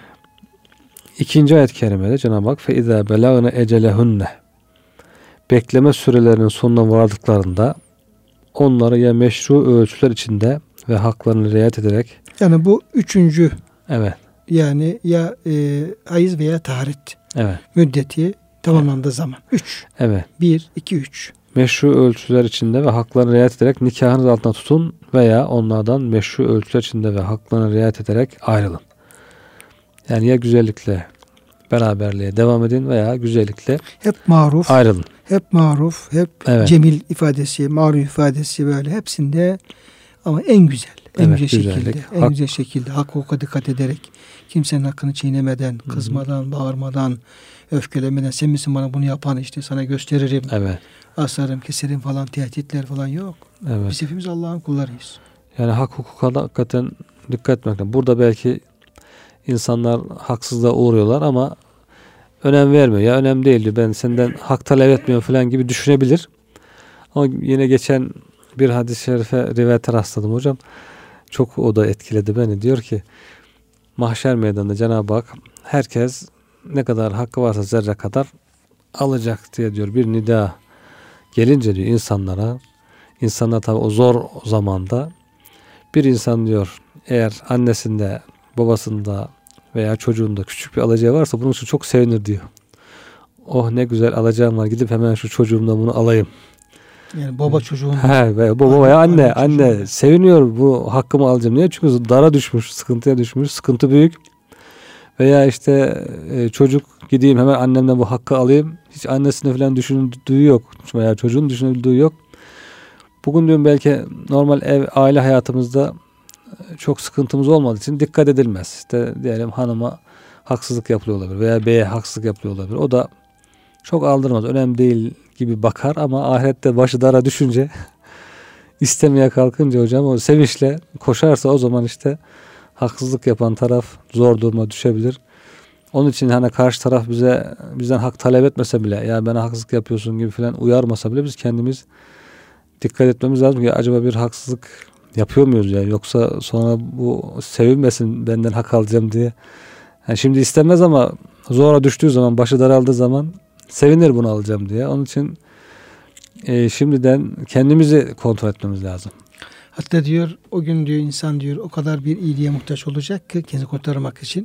B: İkinci ayet-i kerimede Cenab-ı Hak فَاِذَا بَلَغْنَ اَجَلَهُنَّ bekleme sürelerinin sonuna vardıklarında onları ya meşru ölçüler içinde ve haklarını riayet ederek
A: yani bu üçüncü
B: evet.
A: yani ya e, hayız veya taharet
B: evet.
A: müddeti tamamlandığı evet. zaman. Üç.
B: Evet.
A: Bir, iki, üç.
B: Meşru ölçüler içinde ve haklarını riayet ederek nikahınız altına tutun veya onlardan meşru ölçüler içinde ve haklarını riayet ederek ayrılın. Yani ya güzellikle beraberliğe devam edin veya güzellikle
A: hep maruf
B: ayrılın.
A: Hep maruf, hep evet. cemil ifadesi, maruf ifadesi böyle hepsinde ama en güzel, en
B: evet,
A: güzel
B: güzellik,
A: şekilde,
B: hak,
A: en güzel şekilde hak hukuka dikkat ederek kimsenin hakkını çiğnemeden, kızmadan, hı-hı. bağırmadan, öfkelemeden sen misin bana bunu yapan işte sana gösteririm.
B: Evet.
A: Asarım, keserim falan tehditler falan yok.
B: Evet.
A: Biz hepimiz Allah'ın kullarıyız.
B: Yani hak hukuka da hakikaten dikkat etmek lazım. Burada belki insanlar haksızlığa uğruyorlar ama önem vermiyor. Ya önemli değil diyor. Ben senden hak talep etmiyorum falan gibi düşünebilir. Ama yine geçen bir hadis-i şerife rivayete rastladım hocam. Çok o da etkiledi beni. Diyor ki mahşer meydanında Cenab-ı Hak herkes ne kadar hakkı varsa zerre kadar alacak diye diyor bir nida gelince diyor insanlara, insanlar tabi o zor zamanda bir insan diyor eğer annesinde, babasında veya çocuğunda küçük bir alacağı varsa bunun için çok sevinir diyor. Oh ne güzel alacağım var, gidip hemen şu çocuğumdan bunu alayım.
A: Yani baba çocuğun.
B: He, veya baba veya anne, anne, anne seviniyor bu hakkımı alacağım. Niye? Çünkü dara düşmüş, sıkıntıya düşmüş, sıkıntı büyük. Veya işte e, çocuk gideyim hemen annemden bu hakkı alayım. Hiç annesine falan düşündüğü yok. Veya çocuğun düşündüğü yok. Bugün diyorum belki normal ev, aile hayatımızda çok sıkıntımız olmadığı için dikkat edilmez. İşte diyelim hanıma haksızlık yapılıyor olabilir veya beye haksızlık yapılıyor olabilir. O da çok aldırmaz, önemli değil gibi bakar ama ahirette başı dara düşünce istemeye kalkınca hocam o sevinçle koşarsa o zaman işte haksızlık yapan taraf zor duruma düşebilir. Onun için hani karşı taraf bize bizden hak talep etmese bile ya bana haksızlık yapıyorsun gibi falan uyarmasa bile biz kendimiz dikkat etmemiz lazım ki acaba bir haksızlık yapıyor muyuz ya, yoksa sonra bu sevinmesin benden hak alacağım diye. Yani şimdi istemez ama zora düştüğü zaman, başı daraldığı zaman sevinir bunu alacağım diye. Onun için e, şimdiden kendimizi kontrol etmemiz lazım.
A: Hatta diyor o gün diyor insan diyor o kadar bir iyiliğe muhtaç olacak ki kendini kurtarmak için.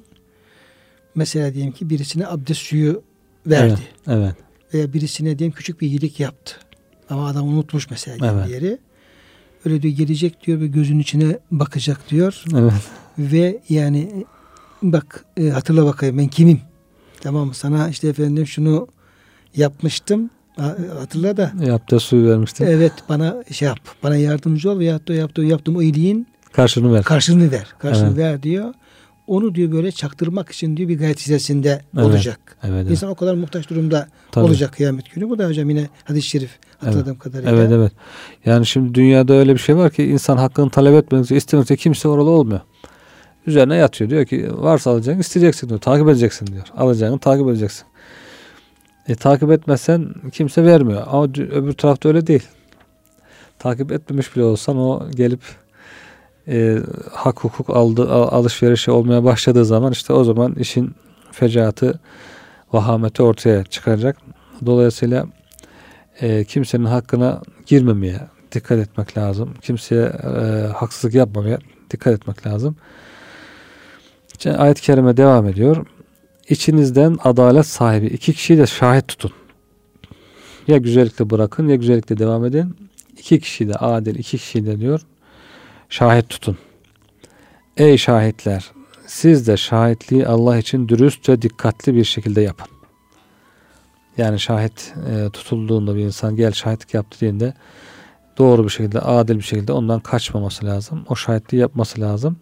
A: Mesela diyelim ki birisine abdest suyu verdi.
B: Evet, evet.
A: Veya birisine diyelim küçük bir iyilik yaptı. Ama adam unutmuş mesela
B: evet.
A: yeri. Öyle diyor gelecek diyor ve gözünün içine bakacak diyor.
B: Evet.
A: Ve yani bak e, hatırla bakayım ben kimim? Tamam sana işte efendim şunu yapmıştım. Hatırla da.
B: Yaptığı suyu vermiştim.
A: Evet bana şey yap. Bana yardımcı ol veyahut da yaptığım, yaptığım o iyiliğin
B: karşılığını ver.
A: Karşılığını ver. Karşılığını
B: evet.
A: ver diyor. Onu diyor böyle çaktırmak için diyor bir gayret içerisinde evet. olacak.
B: Evet,
A: İnsan evet. o kadar muhtaç durumda
B: Tabii.
A: olacak kıyamet günü. Bu da hocam yine hadis-i şerif hatırladığım
B: evet.
A: kadarıyla.
B: Evet evet. Yani şimdi dünyada öyle bir şey var ki insan hakkını talep etmedikçe, istemedikçe kimse oralı olmuyor. Üzerine yatıyor. Diyor ki varsa alacaksın, isteyeceksin diyor. Takip edeceksin diyor. Alacağını takip edeceksin. E, takip etmezsen kimse vermiyor. Ama öbür tarafta öyle değil. Takip etmemiş bile olsan o gelip e, hak hukuk aldı, alışverişi olmaya başladığı zaman işte o zaman işin fecaatı, vahameti ortaya çıkacak. Dolayısıyla e, kimsenin hakkına girmemeye dikkat etmek lazım. Kimseye e, haksızlık yapmamaya dikkat etmek lazım. İşte ayet-i kerime devam ediyor. İçinizden adalet sahibi iki kişiyi de şahit tutun. Ya güzellikle bırakın ya güzellikle devam edin. İki kişiyi de adil, iki kişiyi de diyor şahit tutun. Ey şahitler! Siz de şahitliği Allah için dürüst ve dikkatli bir şekilde yapın. Yani şahit e, tutulduğunda bir insan gel şahitlik yaptı dediğinde doğru bir şekilde, adil bir şekilde ondan kaçmaması lazım. O şahitliği yapması lazım.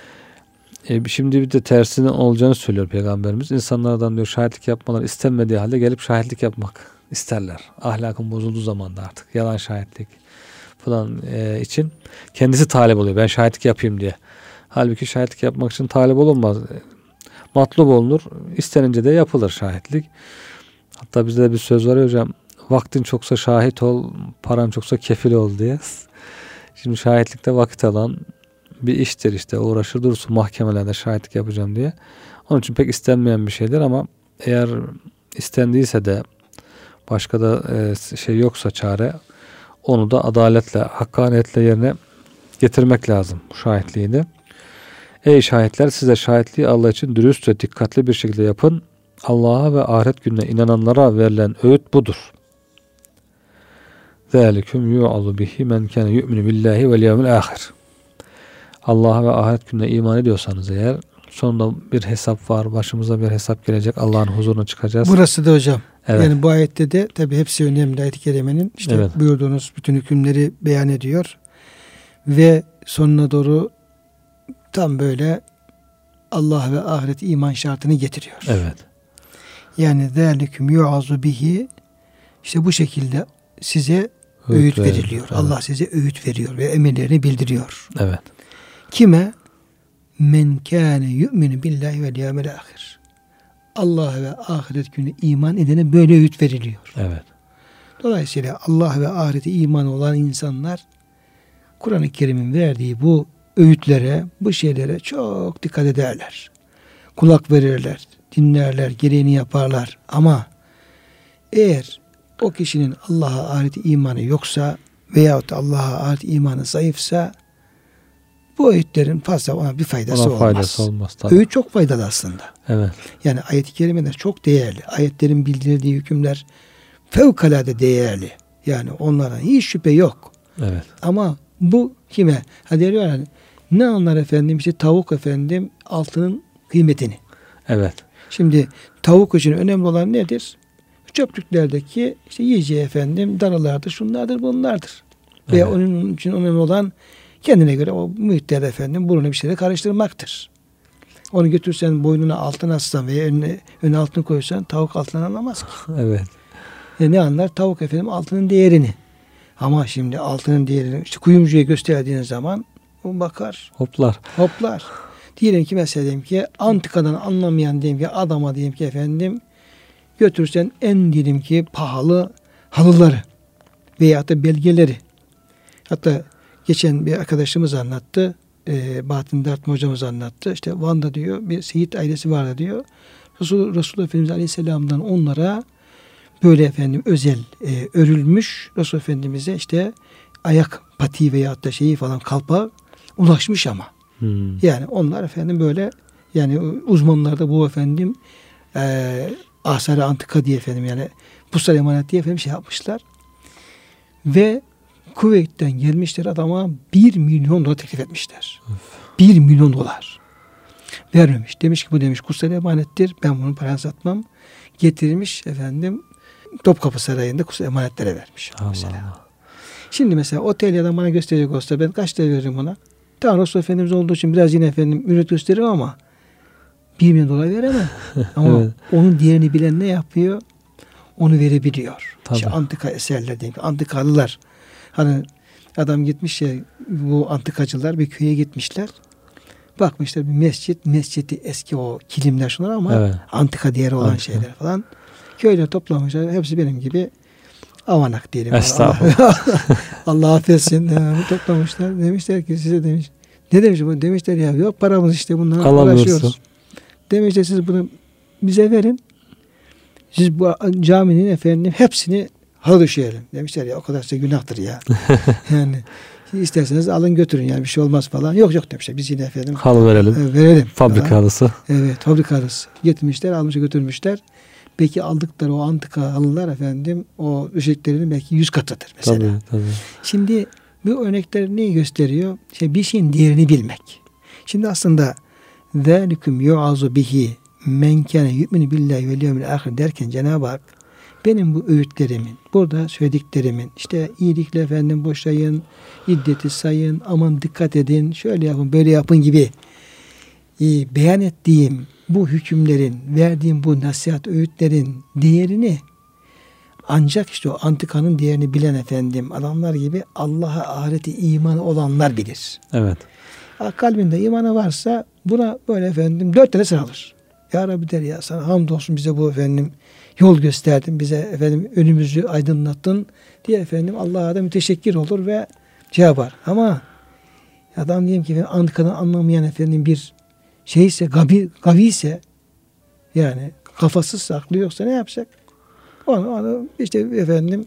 B: E, şimdi bir de tersinin olacağını söylüyor Peygamberimiz. İnsanlardan diyor şahitlik yapmaları istenmediği halde gelip şahitlik yapmak isterler. Ahlakın bozulduğu zamanda artık yalan şahitlik falan e, için kendisi talep oluyor. Ben şahitlik yapayım diye. Halbuki şahitlik yapmak için talep olunmaz. Matlub olunur. İstenince de yapılır şahitlik. Hatta bizde de bir söz var ya hocam. Vaktin çoksa şahit ol, paran çoksa kefil ol diye. Şimdi şahitlikte vakit alan bir iştir işte. Uğraşır durursun mahkemelerde şahitlik yapacağım diye. Onun için pek istenmeyen bir şeydir ama eğer istendiyse de başka da e, şey yoksa çare onu da adaletle, hakkaniyetle yerine getirmek lazım bu şahitliği de. Ey şahitler siz de şahitliği Allah için dürüst ve dikkatli bir şekilde yapın. Allah'a ve ahiret gününe inananlara verilen öğüt budur. ذَٰلِكُمْ يُعَظُ بِهِ مَنْ كَانَ يُؤْمِنُ بِاللّٰهِ وَالْيَوْمِ الْآخِرِ Allah'a ve ahiret gününe iman ediyorsanız eğer sonunda bir hesap var. Başımıza bir hesap gelecek. Allah'ın huzuruna çıkacağız.
A: Burası da hocam.
B: Evet.
A: Yani bu ayette de tabi hepsi önemli ayet-i kerimenin. İşte evet. buyurduğunuz bütün hükümleri beyan ediyor. Ve sonuna doğru tam böyle Allah ve ahiret iman şartını getiriyor.
B: Evet.
A: Yani ذَٰلِكُمْ يُعَظُ bihi işte bu şekilde size öğüt, öğüt veriliyor. Evet. Allah size öğüt veriyor ve emirlerini bildiriyor.
B: Evet.
A: Kime? Men kâne yu'minu billahi vel yevmil âhir. Allah ve ahiret günü iman edene böyle öğüt veriliyor.
B: Evet.
A: Dolayısıyla Allah ve ahirete iman olan insanlar Kur'an-ı Kerim'in verdiği bu öğütlere, bu şeylere çok dikkat ederler. Kulak verirler, dinlerler, gereğini yaparlar. Ama eğer o kişinin Allah'a ahirete imanı yoksa veyahut da Allah'a ahirete imanı zayıfsa bu öğütlerin fazla ona bir faydası
B: ona
A: olmaz.
B: faydası olmaz tabii.
A: Öğüt çok faydalı aslında.
B: Evet.
A: Yani ayet-i kerimeler çok değerli. Ayetlerin bildirdiği hükümler fevkalade değerli. Yani onlara hiç şüphe yok.
B: Evet.
A: Ama bu kime? Ha diyorlar yani, ne anlar efendim işte tavuk efendim altının kıymetini.
B: Evet.
A: Şimdi tavuk için önemli olan nedir? Çöplüklerdeki işte yiyeceği efendim darılardır, şunlardır, bunlardır. Evet. Veya onun için önemli olan kendine göre o muhitlerde efendim burunu bir şeyle karıştırmaktır. Onu götürsen boynuna altın assan veya önüne, önüne altın koysan tavuk altından anlamaz ki.
B: Evet.
A: E ne anlar? Tavuk efendim altının değerini. Ama şimdi altının değerini işte kuyumcuya gösterdiğiniz zaman o bakar.
B: Hoplar.
A: Hoplar. Diyelim ki mesela diyelim ki antikadan anlamayan diyelim ki adama diyelim ki efendim götürsen en diyelim ki pahalı halıları veya da belgeleri. Hatta geçen bir arkadaşımız anlattı. E, Bahattin Dartma hocamız anlattı. İşte Van'da diyor bir Seyit ailesi vardı diyor. Resul, Resulullah Efendimiz Aleyhisselam'dan onlara böyle efendim özel e, örülmüş Resul Efendimiz'e işte ayak patiği veya da şeyi falan kalpağı ulaşmış ama. Hmm. Yani onlar efendim böyle yani uzmanlar da bu efendim e, Asar-ı Antika diye efendim yani Pusar Emanet diye efendim şey yapmışlar. Ve Kuveyt'ten gelmişler adama bir milyon dolar teklif etmişler. Bir milyon dolar. Vermemiş. Demiş ki bu demiş kutsal emanettir. Ben bunun parasını satmam. Getirmiş efendim Topkapı Sarayı'nda kutsal emanetlere vermiş.
B: Allah
A: Mesela.
B: Allah.
A: Şimdi mesela otel ya da bana gösterecek olsa ben kaç lira veririm ona? Tamam Resulullah Efendimiz olduğu için biraz yine efendim ürün gösteririm ama bir milyon dolar veremem. Ama evet. Onun diğerini bilen ne yapıyor? Onu verebiliyor. İşte antika eserler diyeyim. Antikalılar. Hani adam gitmiş ya bu antikacılar bir köye gitmişler. Bakmışlar bir mescit. Mescidi eski o kilimler şunlar ama evet. Antika değeri olan antika. Şeyler falan. Köyler toplamışlar. Hepsi benim gibi avanak diyelim.
B: Estağfurullah.
A: Allah, Allah affetsin. Yani toplamışlar. Demişler ki size demiş. Ne demiş bu? Demişler ya yok paramız işte bundan uğraşıyoruz. Demişler siz bunu bize verin. Siz bu caminin efendim hepsini halı döşeyelim. Demişler ya o kadar size günahtır ya. Yani isterseniz alın götürün yani bir şey olmaz falan. Yok yok demişler biz yine efendim
B: halı verelim.
A: E, verelim.
B: Fabrika falan. Halısı.
A: Evet fabrika halısı. Getirmişler almış götürmüşler. Belki aldıkları o antika halılar efendim o ışıklarının belki yüz katıdır mesela.
B: Tabii, tabii.
A: Şimdi bu örnekler neyi gösteriyor? İşte bir şeyin değerini bilmek. Şimdi aslında zâliküm yu'azu bihi men kâne yu'minu billahi vel yevmil âhir derken Cenab-ı Hak benim bu öğütlerimin, burada söylediklerimin işte iyilikle efendim boşayın, iddeti sayın, aman dikkat edin, şöyle yapın, böyle yapın gibi e, beyan ettiğim bu hükümlerin, verdiğim bu nasihat öğütlerin değerini ancak işte o antikanın değerini bilen efendim adamlar gibi Allah'a ahirete imanı olanlar bilir.
B: Evet.
A: Kalbinde imanı varsa buna böyle efendim dört tane sarılır. Ya Rabbi der ya sana hamdolsun bize bu efendim yol gösterdin, bize efendim önümüzü aydınlattın diye efendim Allah'a da müteşekkir olur ve şey yapar. Ama adam diyelim ki antikadan anlamayan efendim bir şeyse, gavi, gavi ise yani kafasız saklı yoksa ne yapacak? Onu, onu işte efendim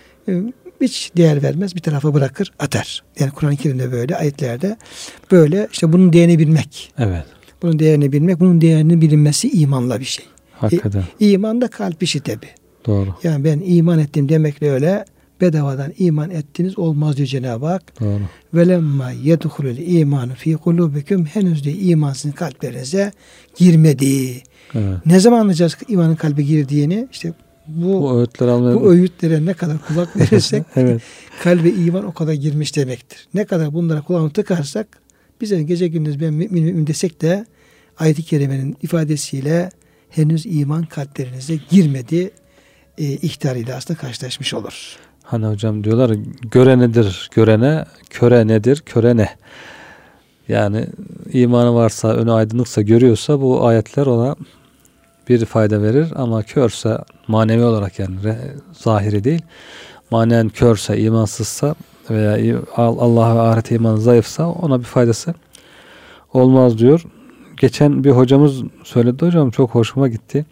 A: hiç değer vermez, bir tarafa bırakır, atar. Yani Kur'an-ı Kerim'de böyle ayetlerde böyle işte bunun değerini bilmek.
B: Evet.
A: Bunun değerini bilmek, bunun değerinin bilinmesi imanla bir şey.
B: Hakikaten.
A: E, iman da kalp işi tabi.
B: Doğru.
A: Yani ben iman ettim demekle öyle bedavadan iman ettiniz olmaz diyor Cenab-ı Hak.
B: Doğru.
A: Velemma yedhulul imanu fi kulubikum henüz de iman sizin kalplerinize girmedi. Evet. Ne zaman anlayacağız imanın kalbe girdiğini? İşte bu, bu, öğütler bu öğütlere ne kadar kulak verirsek evet. Kalbe iman o kadar girmiş demektir. Ne kadar bunlara kulağını tıkarsak bize gece gündüz ben mümin mümin desek de ayet-i kerimenin ifadesiyle henüz iman kalplerinize girmedi e, ihtarıyla aslında karşılaşmış oluruz.
B: Hani hocam diyorlar göre nedir görene, köre nedir körene. Yani imanı varsa, önü aydınlıksa görüyorsa bu ayetler ona bir fayda verir ama körse manevi olarak yani zahiri değil, manen körse, imansızsa veya Allah'a ve ahirete imanı zayıfsa ona bir faydası olmaz diyor. Geçen bir hocamız söyledi hocam, çok hoşuma gitti.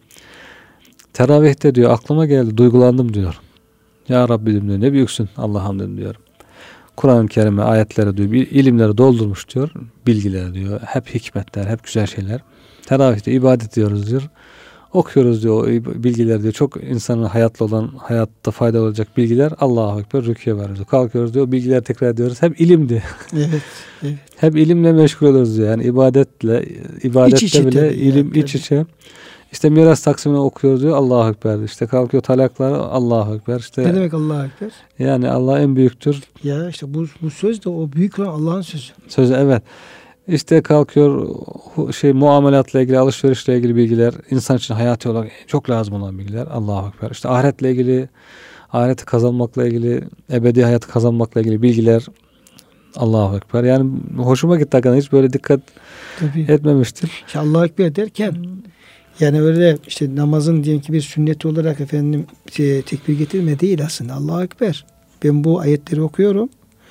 B: Teravihte diyor aklıma geldi, duygulandım diyor. Ya Rabbi diyor, ne büyüksün Allah'ım diyor. Kur'an-ı Kerim'e ayetleri diyor, ilimleri doldurmuş diyor, bilgileri diyor, hep hikmetler, hep güzel şeyler. Teravihte ibadet diyoruz diyor. Okuyoruz diyor o bilgiler diyor. Çok insanın hayatla olan, hayatta faydalı olacak bilgiler. Allahu Ekber, rüküye varıyoruz. Kalkıyoruz diyor. Bilgiler tekrar ediyoruz. Hep ilimdi.
A: Evet, evet.
B: Hep ilimle meşgul oluyoruz diyor. Yani ibadetle, ibadette iç içe bile ilim yani, iç içe. İşte miras taksimini okuyoruz diyor. Allahu Ekber. İşte kalkıyor talakları. Allahu Ekber. İşte
A: ne demek Allahu Ekber?
B: Yani Allah en büyüktür.
A: Ya işte bu bu söz de o büyük olan Allah'ın sözü.
B: Sözü evet. İşte kalkıyor şey muamelatla ilgili, alışverişle ilgili bilgiler, insan için hayati olarak çok lazım olan bilgiler. Allahu Ekber. İşte ahiretle ilgili, ahireti kazanmakla ilgili, ebedi hayatı kazanmakla ilgili bilgiler. Allahu Ekber. Yani hoşuma gitti hakikaten, hiç böyle dikkat Tabii. etmemiştim.
A: İşte Allahu Ekber derken yani öyle işte namazın diyelim ki bir sünneti olarak efendim şey, tekbir getirme değil aslında. Allahu Ekber. Ben bu ayetleri okuyorum.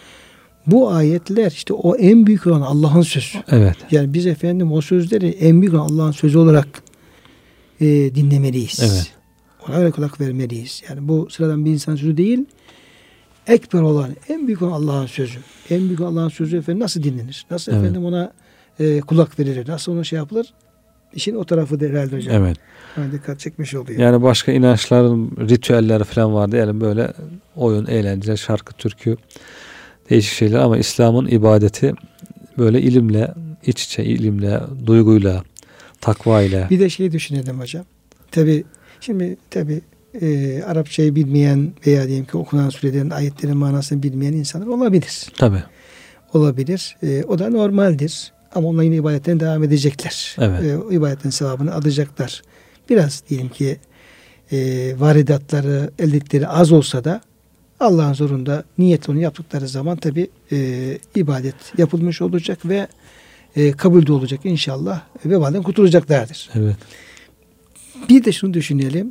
A: Bu ayetler işte o en büyük olan Allah'ın sözü.
B: Evet.
A: Yani biz efendim o sözleri en büyük olan Allah'ın sözü olarak e, dinlemeliyiz.
B: Evet.
A: Ona öyle kulak vermeliyiz. Yani bu sıradan bir insan sözü değil. Ekber olan, en büyük olan Allah'ın sözü. En büyük olan Allah'ın sözü efendim nasıl dinlenir? Nasıl evet. efendim ona e, kulak verilir? Nasıl ona şey yapılır? İşin o tarafı da herhalde hocam.
B: Evet.
A: Yani dikkat çekmiş oluyor.
B: Yani başka inançların ritüelleri falan vardı. Yani böyle oyun, eğlence, şarkı, türkü, değişik şeyler ama İslam'ın ibadeti böyle ilimle, iç içe ilimle, duyguyla, takvayla.
A: Bir de şey düşünelim hocam. Tabi şimdi tabi e, Arapçayı bilmeyen veya diyelim ki okunan surelerin ayetlerin manasını bilmeyen insanlar olabilir.
B: Tabi.
A: Olabilir. E, o da normaldir. Ama onlar yine ibadetlerine devam edecekler.
B: Evet.
A: E, o ibadetin sevabını alacaklar. Biraz diyelim ki e, varidatları, elde ettikleri az olsa da Allah'ın zorunda niyet onu yaptıkları zaman tabi e, ibadet yapılmış olacak ve e, kabul de olacak inşallah. Vebalden kurtulacaklardır.
B: Evet.
A: Bir de şunu düşünelim.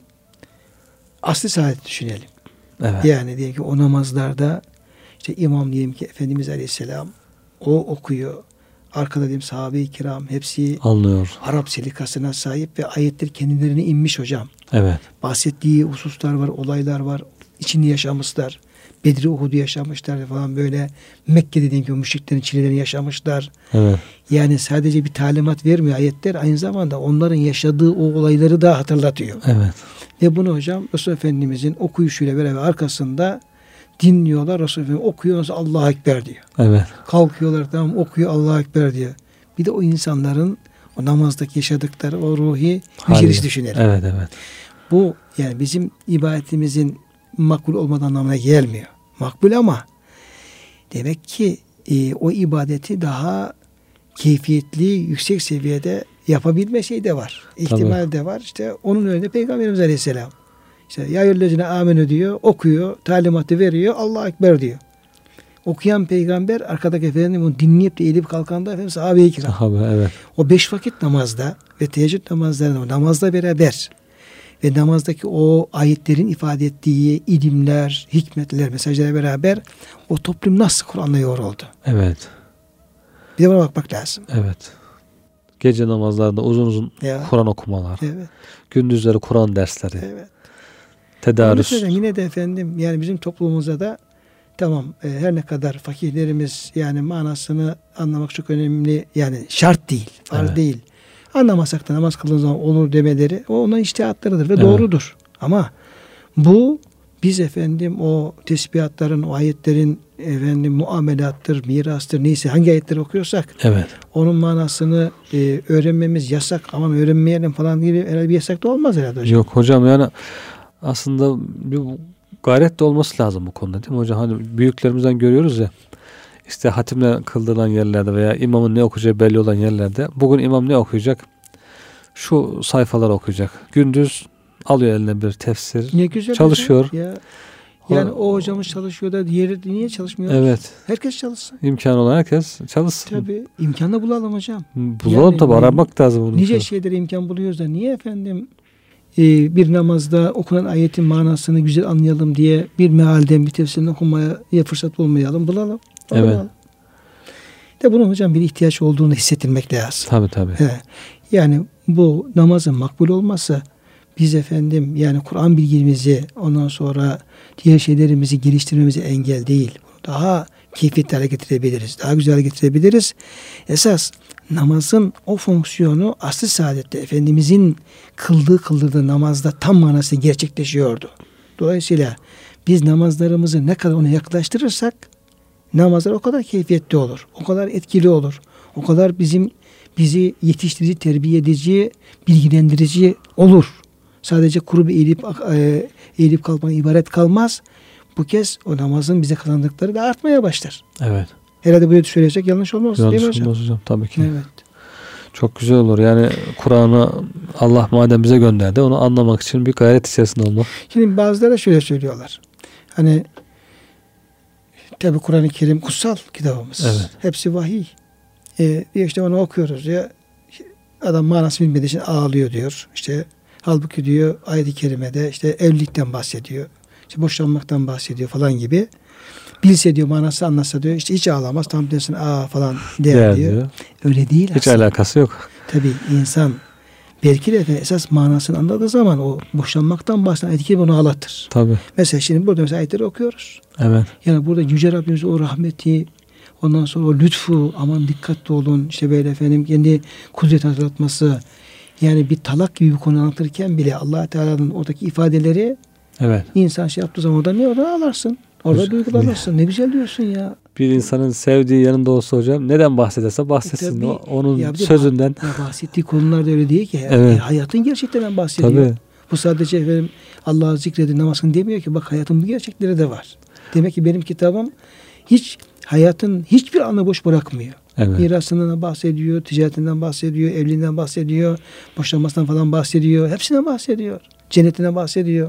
A: Asli saadet düşünelim.
B: Evet.
A: Yani diyelim ki o namazlarda işte imam diyelim ki Efendimiz Aleyhisselam o okuyor. Arkada diyeyim sahabe-i kiram hepsi
B: anlıyor.
A: Arap selikasına sahip ve ayetler kendilerine inmiş hocam.
B: Evet.
A: Bahsettiği hususlar var, olaylar var. İçini yaşamışlar. Bedri Uhud'u yaşamışlar falan böyle. Mekke'de dediğim gibi müşriklerin çilelerini yaşamışlar.
B: Evet.
A: Yani sadece bir talimat vermiyor ayetler. Aynı zamanda onların yaşadığı o olayları da hatırlatıyor.
B: Evet.
A: Ve bunu hocam Resul Efendimizin okuyuşuyla beraber arkasında dinliyorlar. Resul Efendimiz okuyor. Nasıl Allahu Ekber diyor.
B: Evet.
A: Kalkıyorlar tamam okuyor Allahu Ekber diyor. Bir de o insanların o namazdaki yaşadıkları o ruhi meclis düşünelim.
B: Evet evet.
A: Bu yani bizim ibadetimizin makbul olmadan anlamına gelmiyor. Makbul ama demek ki e, o ibadeti daha keyfiyetli, yüksek seviyede yapabilme şey de var. İhtimal Tabii. de var. İşte onun önünde Peygamberimiz Aleyhisselam. İşte ya yüllezine amenü diyor, okuyor, talimatı veriyor, Allahu Ekber diyor. Okuyan peygamber arkadaki efendim onu dinleyip de eğilip kalkanda efendim sahabe-i kiram.
B: Sahabe, evet.
A: O beş vakit namazda ve teheccüd namazlarında namazla beraber ve namazdaki o ayetlerin ifade ettiği ilimler, hikmetler, mesajlara beraber o toplum nasıl Kur'an'la yoğruldu?
B: Evet.
A: Bir de buna bakmak lazım.
B: Evet. Gece namazlarında uzun uzun ya. Kur'an okumalar.
A: Evet.
B: Gündüzleri Kur'an dersleri.
A: Evet.
B: Tedarüs.
A: Yine de efendim yani bizim toplumumuzda da tamam e, her ne kadar fakihlerimiz yani manasını anlamak çok önemli yani şart değil, farz evet. değil. Anlamasak da namaz kıldığımız zaman olur demeleri o onun içtihatlarıdır ve evet. doğrudur. Ama bu biz efendim o tesbihatların, o ayetlerin efendim muamelattır, mirastır neyse hangi ayetleri okuyorsak
B: evet.
A: onun manasını e, öğrenmemiz yasak ama öğrenmeyelim falan gibi herhalde bir yasak da olmaz herhalde hocam.
B: Yok hocam yani aslında bir gayret de olması lazım bu konuda değil mi hocam? Hani büyüklerimizden görüyoruz ya işte hatimle kıldırılan yerlerde veya imamın ne okuyacağı belli olan yerlerde bugün imam ne okuyacak? Şu sayfalar okuyacak. Gündüz alıyor eline bir tefsir.
A: Ne güzel
B: çalışıyor.
A: Ya. Yani o, o hocamız çalışıyor da diğeri niye çalışmıyor?
B: Evet.
A: Herkes çalışsın.
B: İmkanı olan herkes çalışsın.
A: Tabii. İmkanı bulalım hocam.
B: Bulalım yani, tabii aramak lazım bunu.
A: Nice şeylere imkan buluyoruz da niye efendim e, bir namazda okunan ayetin manasını güzel anlayalım diye bir mealden bir tefsirini okumaya fırsat bulmayalım, bulalım.
B: Evet.
A: Bulalım. De bunun hocam bir ihtiyaç olduğunu hissettirmek lazım.
B: Tabii tabii.
A: He. Yani bu namazın makbul olmazsa biz efendim yani Kur'an bilgimizi ondan sonra diğer şeylerimizi geliştirmemize engel değil. Daha keyifli hale getirebiliriz. Daha güzel hale getirebiliriz. Esas namazın o fonksiyonu asr-ı saadette Efendimizin kıldığı kıldırdığı namazda tam manası gerçekleşiyordu. Dolayısıyla biz namazlarımızı ne kadar ona yaklaştırırsak namazlar o kadar keyfiyetli olur. O kadar etkili olur. O kadar bizim bizi yetiştirici, terbiye edici, bilgilendirici olur. Sadece kuru bir eğilip, e, eğilip kalkmak ibaret kalmaz. Bu kez o namazın bize kazandıkları da artmaya başlar.
B: Evet.
A: Herhalde böyle söylesek yanlış olmaz.
B: Yanlış
A: değil mi hocam?
B: olmaz hocam. Tabii ki.
A: Evet.
B: Çok güzel olur. Yani Kur'an'ı Allah madem bize gönderdi onu anlamak için bir gayret içerisinde olmak.
A: Şimdi bazıları şöyle söylüyorlar. Hani tabi Kur'an-ı Kerim kutsal kitabımız.
B: Evet.
A: Hepsi vahiy. Ee, işte onu okuyoruz ya. Adam manası bilmediği için ağlıyor diyor. İşte halbuki diyor ayet-i kerimede işte evlilikten bahsediyor. İşte boşanmaktan bahsediyor falan gibi. Bilse diyor manası anlasa diyor işte hiç ağlamaz. Tam dersin aa falan der, der diyor. diyor. Öyle değil
B: hiç
A: aslında.
B: alakası yok.
A: Tabii insan belki de efendim, esas manasını anladığı zaman o boşanmaktan bahseden ayet-i kerime onu ağlatır.
B: Tabii.
A: Mesela şimdi burada mesela ayetleri okuyoruz.
B: Evet.
A: Yani burada Yüce Rabbimiz o rahmeti, ondan sonra o lütfu, aman dikkatli olun, işte böyle efendim kendi kudret hatırlatması. Yani bir talak gibi bir konu anlatırken bile Allah Teala'nın oradaki ifadeleri
B: evet.
A: insan şey yaptığı zaman orada ne oradan ağlarsın. Orada duygulanırsın. Ne güzel diyorsun ya.
B: Bir insanın sevdiği yanında olsa hocam neden bahsederse bahsetsin.
A: E,
B: o, onun
A: ya
B: sözünden.
A: Ya bahsettiği konular da öyle değil ki.
B: Evet.
A: E, hayatın gerçeklerinden bahsediyor.
B: Tabii.
A: Bu sadece efendim Allah'ı zikredin namazını demiyor ki bak hayatın bu gerçekleri de var. Demek ki benim kitabım hiç hayatın hiçbir anı boş bırakmıyor.
B: Evet.
A: Mirasından bahsediyor, ticaretinden bahsediyor, evliliğinden bahsediyor, boşanmasından falan bahsediyor. Hepsinden bahsediyor. Cennetinden bahsediyor.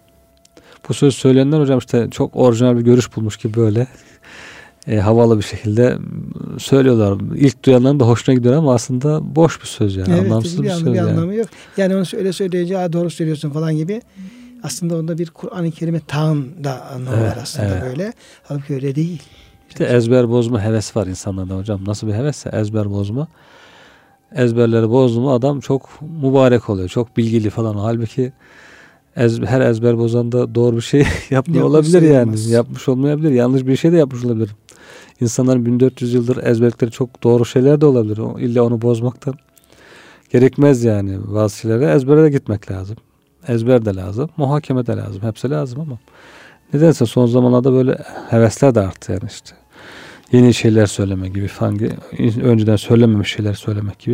B: Bu söz söyleyenler hocam işte çok orijinal bir görüş bulmuş gibi böyle e, havalı bir şekilde söylüyorlar. İlk duyanların da hoşuna gidiyor ama aslında boş bir söz yani.
A: Evet,
B: anlamsız bir,
A: bir,
B: söz
A: bir
B: yani.
A: anlamı yok. Yani onu öyle söyleyince doğru söylüyorsun falan gibi. Aslında onda bir Kur'an-ı Kerim'e tam da anlamı
B: evet,
A: var aslında
B: evet.
A: böyle. Halbuki öyle değil.
B: İşte ezber bozma heves var insanlarda hocam. Nasıl bir hevesse ezber bozma. Ezberleri bozdu mu adam çok mübarek oluyor. Çok bilgili falan. Halbuki ez, her ezber bozan da doğru bir şey yapmıyor olabilir yani. Yapmaz. Yapmış olmayabilir. Yanlış bir şey de yapmış olabilir. İnsanların bin dört yüz yıldır ezberlikleri çok doğru şeyler de olabilir. O, illa onu bozmaktan gerekmez yani. Bazı şeylere ezbere de gitmek lazım. Ezber de lazım. Muhakeme de lazım. Hepsi lazım ama nedense son zamanlarda böyle hevesler de arttı yani işte. Yeni şeyler söyleme gibi falan. Önceden söylememiş şeyler söylemek gibi.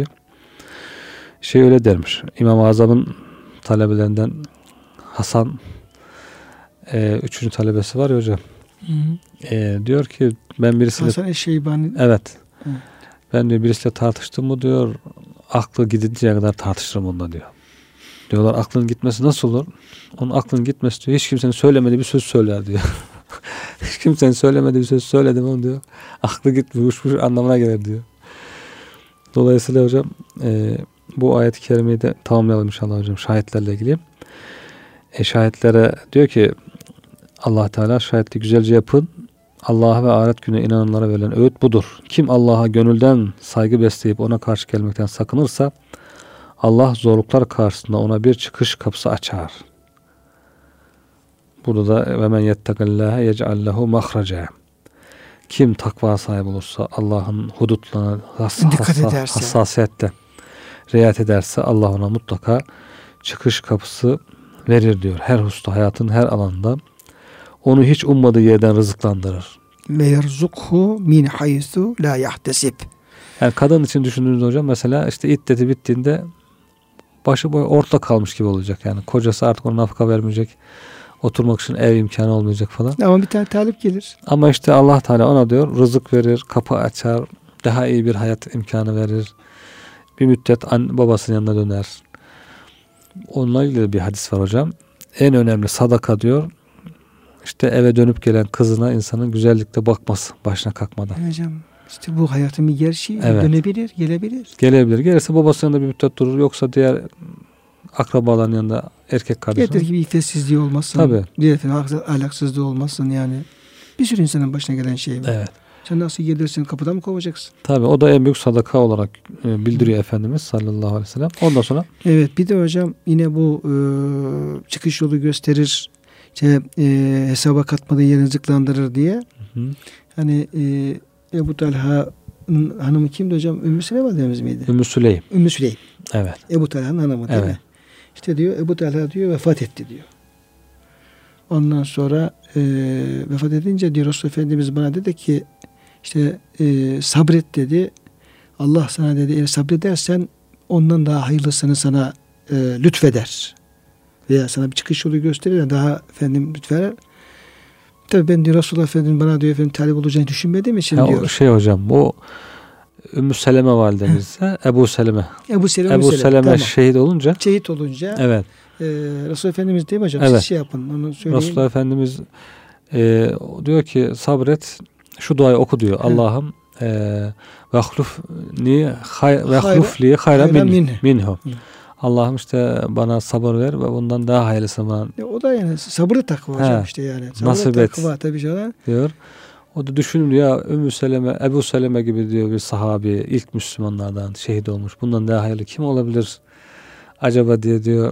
B: Şey öyle dermiş. İmam-ı Azam'ın talebelerinden Hasan e, üçüncü talebesi var ya hocam. Hı hı. E, diyor ki ben birisiyle
A: Hasan Eşşeybani.
B: Evet.
A: Hı.
B: Ben diyor birisiyle tartıştım mı diyor aklı gidinceye kadar tartışırım onunla diyor. Diyorlar aklın gitmesi nasıl olur? Onun aklın gitmesi diyor. Hiç kimsenin söylemediği bir söz söyler diyor. Hiç kimsenin söylemediği bir söz söyledim onu diyor. Aklı gitmiş uçmuş anlamına gelir diyor. Dolayısıyla hocam e, bu ayet-i kerimeyi de tamamlayalım inşallah hocam şahitlerle ilgili. E, şahitlere diyor ki Allah Teala şahitliği güzelce yapın. Allah'a ve ahiret gününe inananlara verilen öğüt budur. Kim Allah'a gönülden saygı besleyip ona karşı gelmekten sakınırsa Allah zorluklar karşısında ona bir çıkış kapısı açar. Burada da ve men yettekillâhe yec'al lehu mahraca. Kim takva sahibi olursa Allah'ın hudutlarına hassas, hassasiyette riayet ederse Allah ona mutlaka çıkış kapısı verir diyor. Her hususta hayatın her alanında onu hiç ummadığı yerden rızıklandırır.
A: Ve yerzukhu min haythu la yahtesib.
B: Yani kadın için düşündüğünüz hocam mesela işte iddeti bittiğinde başı boyu ortada kalmış gibi olacak. Yani kocası artık ona nafaka vermeyecek. Oturmak için ev imkanı olmayacak falan.
A: Ama bir tane talip gelir.
B: Ama işte Allah Teala ona diyor rızık verir, kapı açar, daha iyi bir hayat imkanı verir. Bir müddet anne, babasının yanına döner. Onunla ilgili bir hadis var hocam. En önemli sadaka diyor. İşte eve dönüp gelen kızına insanın güzellikle bakması başına kalkmadan.
A: Hocam işte bu hayatın bir gerçeği.
B: Evet.
A: Dönebilir, gelebilir.
B: Gelebilir. Gelirse babasının da bir müddet durur. Yoksa diğer akrabaların yanında erkek kardeşin.
A: Yeter ki bir iffetsizliği olmasın.
B: Tabii.
A: Diğer ahlaksızlığı olmasın yani. Bir sürü insanın başına gelen şey var.
B: Evet.
A: Sen nasıl gelirsin, kapıdan mı kovacaksın?
B: Tabii o da en büyük sadaka olarak e, bildiriyor Hı. Efendimiz sallallahu aleyhi ve sellem. Ondan sonra.
A: Evet, bir de hocam yine bu e, çıkış yolu gösterir. İşte, e, hesaba katmadığı yerini rızıklandırır diye. Hı hı. Hani e, Ebu Talha'nın hanımı kimdi hocam? Ümmü Süleym validemiz miydi?
B: Ümmü Süleym.
A: Ümmü Süleym.
B: Evet.
A: Ebu Talha'nın hanımı değil
B: evet.
A: mi? İşte diyor Ebu Talha diyor vefat etti diyor. Ondan sonra e, vefat edince diyor Resulullah Efendimiz bana dedi ki işte e, sabret dedi. Allah sana dedi eğer sabredersen ondan daha hayırlısını sana e, lütfeder. Veya sana bir çıkış yolu gösterir daha efendim lütfeder. Tabii ben diyor Resulullah Efendimiz bana diyor efendim talip olacağını düşünmediğim için
B: ya
A: diyor.
B: Şey hocam bu Ümmü Seleme validemizse Ebu Seleme.
A: Ebu Seleme,
B: Ebu
A: Seleme,
B: Seleme
A: tamam.
B: şehit olunca.
A: Şehit olunca.
B: Evet.
A: E, Resulullah Efendimiz değil mi hocam?
B: Evet.
A: Siz şey yapın. Onu söyleyin.
B: Resulullah Efendimiz e, diyor ki sabret şu duayı oku diyor. Allah'ım e, ve ahlufni ve ahlufli hayra min, minhu. Allah'ım işte bana sabır ver ve bundan daha hayırlısı bana.
A: E, o da yani sabırı takva hocam işte yani. Sabırı
B: nasip et
A: takva tabii canım.
B: Diyor. O da düşünün ya Ümmü Seleme, Ebu Seleme gibi diyor bir sahabi, ilk Müslümanlardan şehit olmuş. Bundan daha hayırlı kim olabilir acaba diye diyor.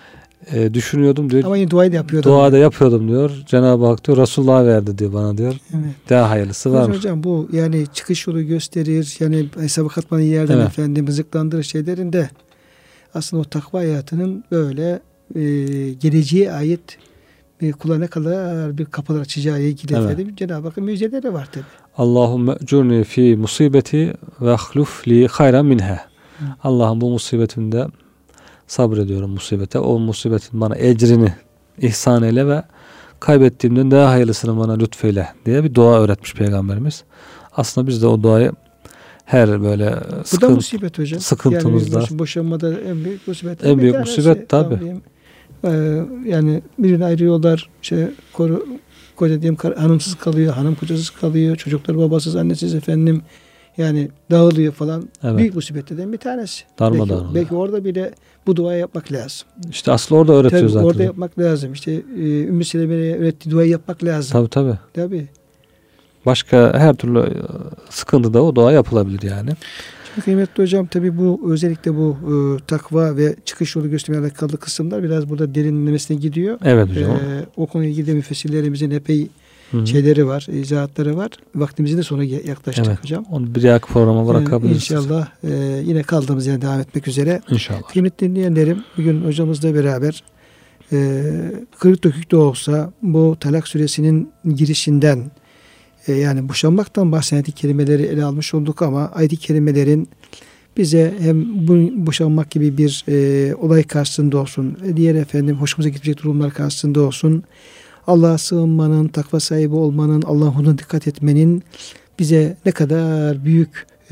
B: E, düşünüyordum diyor.
A: Ama yine duayı da yapıyordum.
B: Dua da yapıyordum diyor. Cenab-ı Hak diyor Resulullah verdi diyor bana diyor. Evet. Daha hayırlısı var.
A: Hocam bu yani çıkış yolu gösterir. Yani hesabı katmanın yerden evet. efendim rızıklandırır şeylerinde aslında o takva hayatının böyle e, geleceğe ait e, kula ne kadar bir kapılar açacağı ilgili evet. efendim Cenab-ı Hakk'ın müjdeleri var tabi.
B: Allahümme ecurni fi musibeti ve ahluf li hayran minha. Allah'ım bu musibetimde sabrediyorum musibete. O musibetin bana ecrini ihsan eyle ve kaybettiğimden daha hayırlısını bana lütfeyle diye bir dua öğretmiş Peygamberimiz. Aslında biz de o duayı her böyle
A: sıkıntı, bu da musibet hocam.
B: Sıkıntımızda.
A: Yani boşanmada en büyük musibet.
B: En büyük musibet tabi.
A: Ee, yani birine ayrıyorlar. Şey, koru, koca diyeyim hanımsız kalıyor. Hanım kocasız kalıyor. Çocuklar babasız, annesiz efendim. Yani dağılıyor falan. Evet. Büyük musibetlerden bir tanesi.
B: Darmadağın.
A: Belki, belki orada bile bu duayı yapmak lazım.
B: İşte aslı orada öğretiyor
A: tabii,
B: zaten.
A: Orada yapmak lazım. İşte e, Ümmü Seleme'ye öğrettiği duayı yapmak lazım.
B: Tabii tabii.
A: Tabii.
B: Başka her türlü sıkıntıda o dua yapılabilir yani.
A: Şimdi kıymetli hocam tabii bu özellikle bu e, takva ve çıkış yolu göstermeyle alakalı kısımlar biraz burada derinlemesine gidiyor.
B: Evet hocam. E,
A: o konuya ilgili müfessirlerimizin epey Hı-hı. şeyleri var, izahatları var. Vaktimizin de sonuna yaklaştık evet. hocam.
B: Onu bir dahaki programa bırakabiliriz.
A: Yani inşallah e, yine kaldığımız yerden devam etmek üzere.
B: İnşallah.
A: Kıymetli dinleyenlerim, bugün hocamızla beraber e, kırık dökük de olsa bu Talak suresinin girişinden e, yani boşanmaktan bahseden kelimeleri ele almış olduk ama ayet-i kerimelerin bize hem bu boşanmak gibi bir e, olay karşısında olsun, diğer efendim hoşumuza gidecek durumlar karşısında olsun, Allah'a sığınmanın, takva sahibi olmanın, Allah'ın huzuruna dikkat etmenin bize ne kadar büyük e,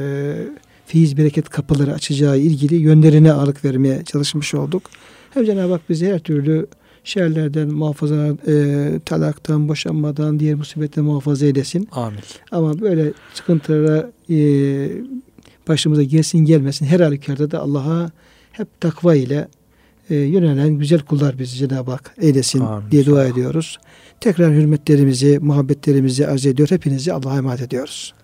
A: feyiz bereket kapıları açacağı ilgili yönlerine ağırlık vermeye çalışmış olduk. Hem Cenab-ı Hak bizi her türlü şerlerden muhafaza, e, talaktan, boşanmadan, diğer musibetlerden muhafaza eylesin.
B: Amin.
A: Ama böyle sıkıntılara e, başımıza gelsin gelmesin her halükarda da Allah'a hep takva ile e, yönelen güzel kullar bizi Cenab-ı Hak eylesin Amin. Diye dua ediyoruz. Tekrar hürmetlerimizi, muhabbetlerimizi arz ediyor. Hepinizi Allah'a emanet ediyoruz.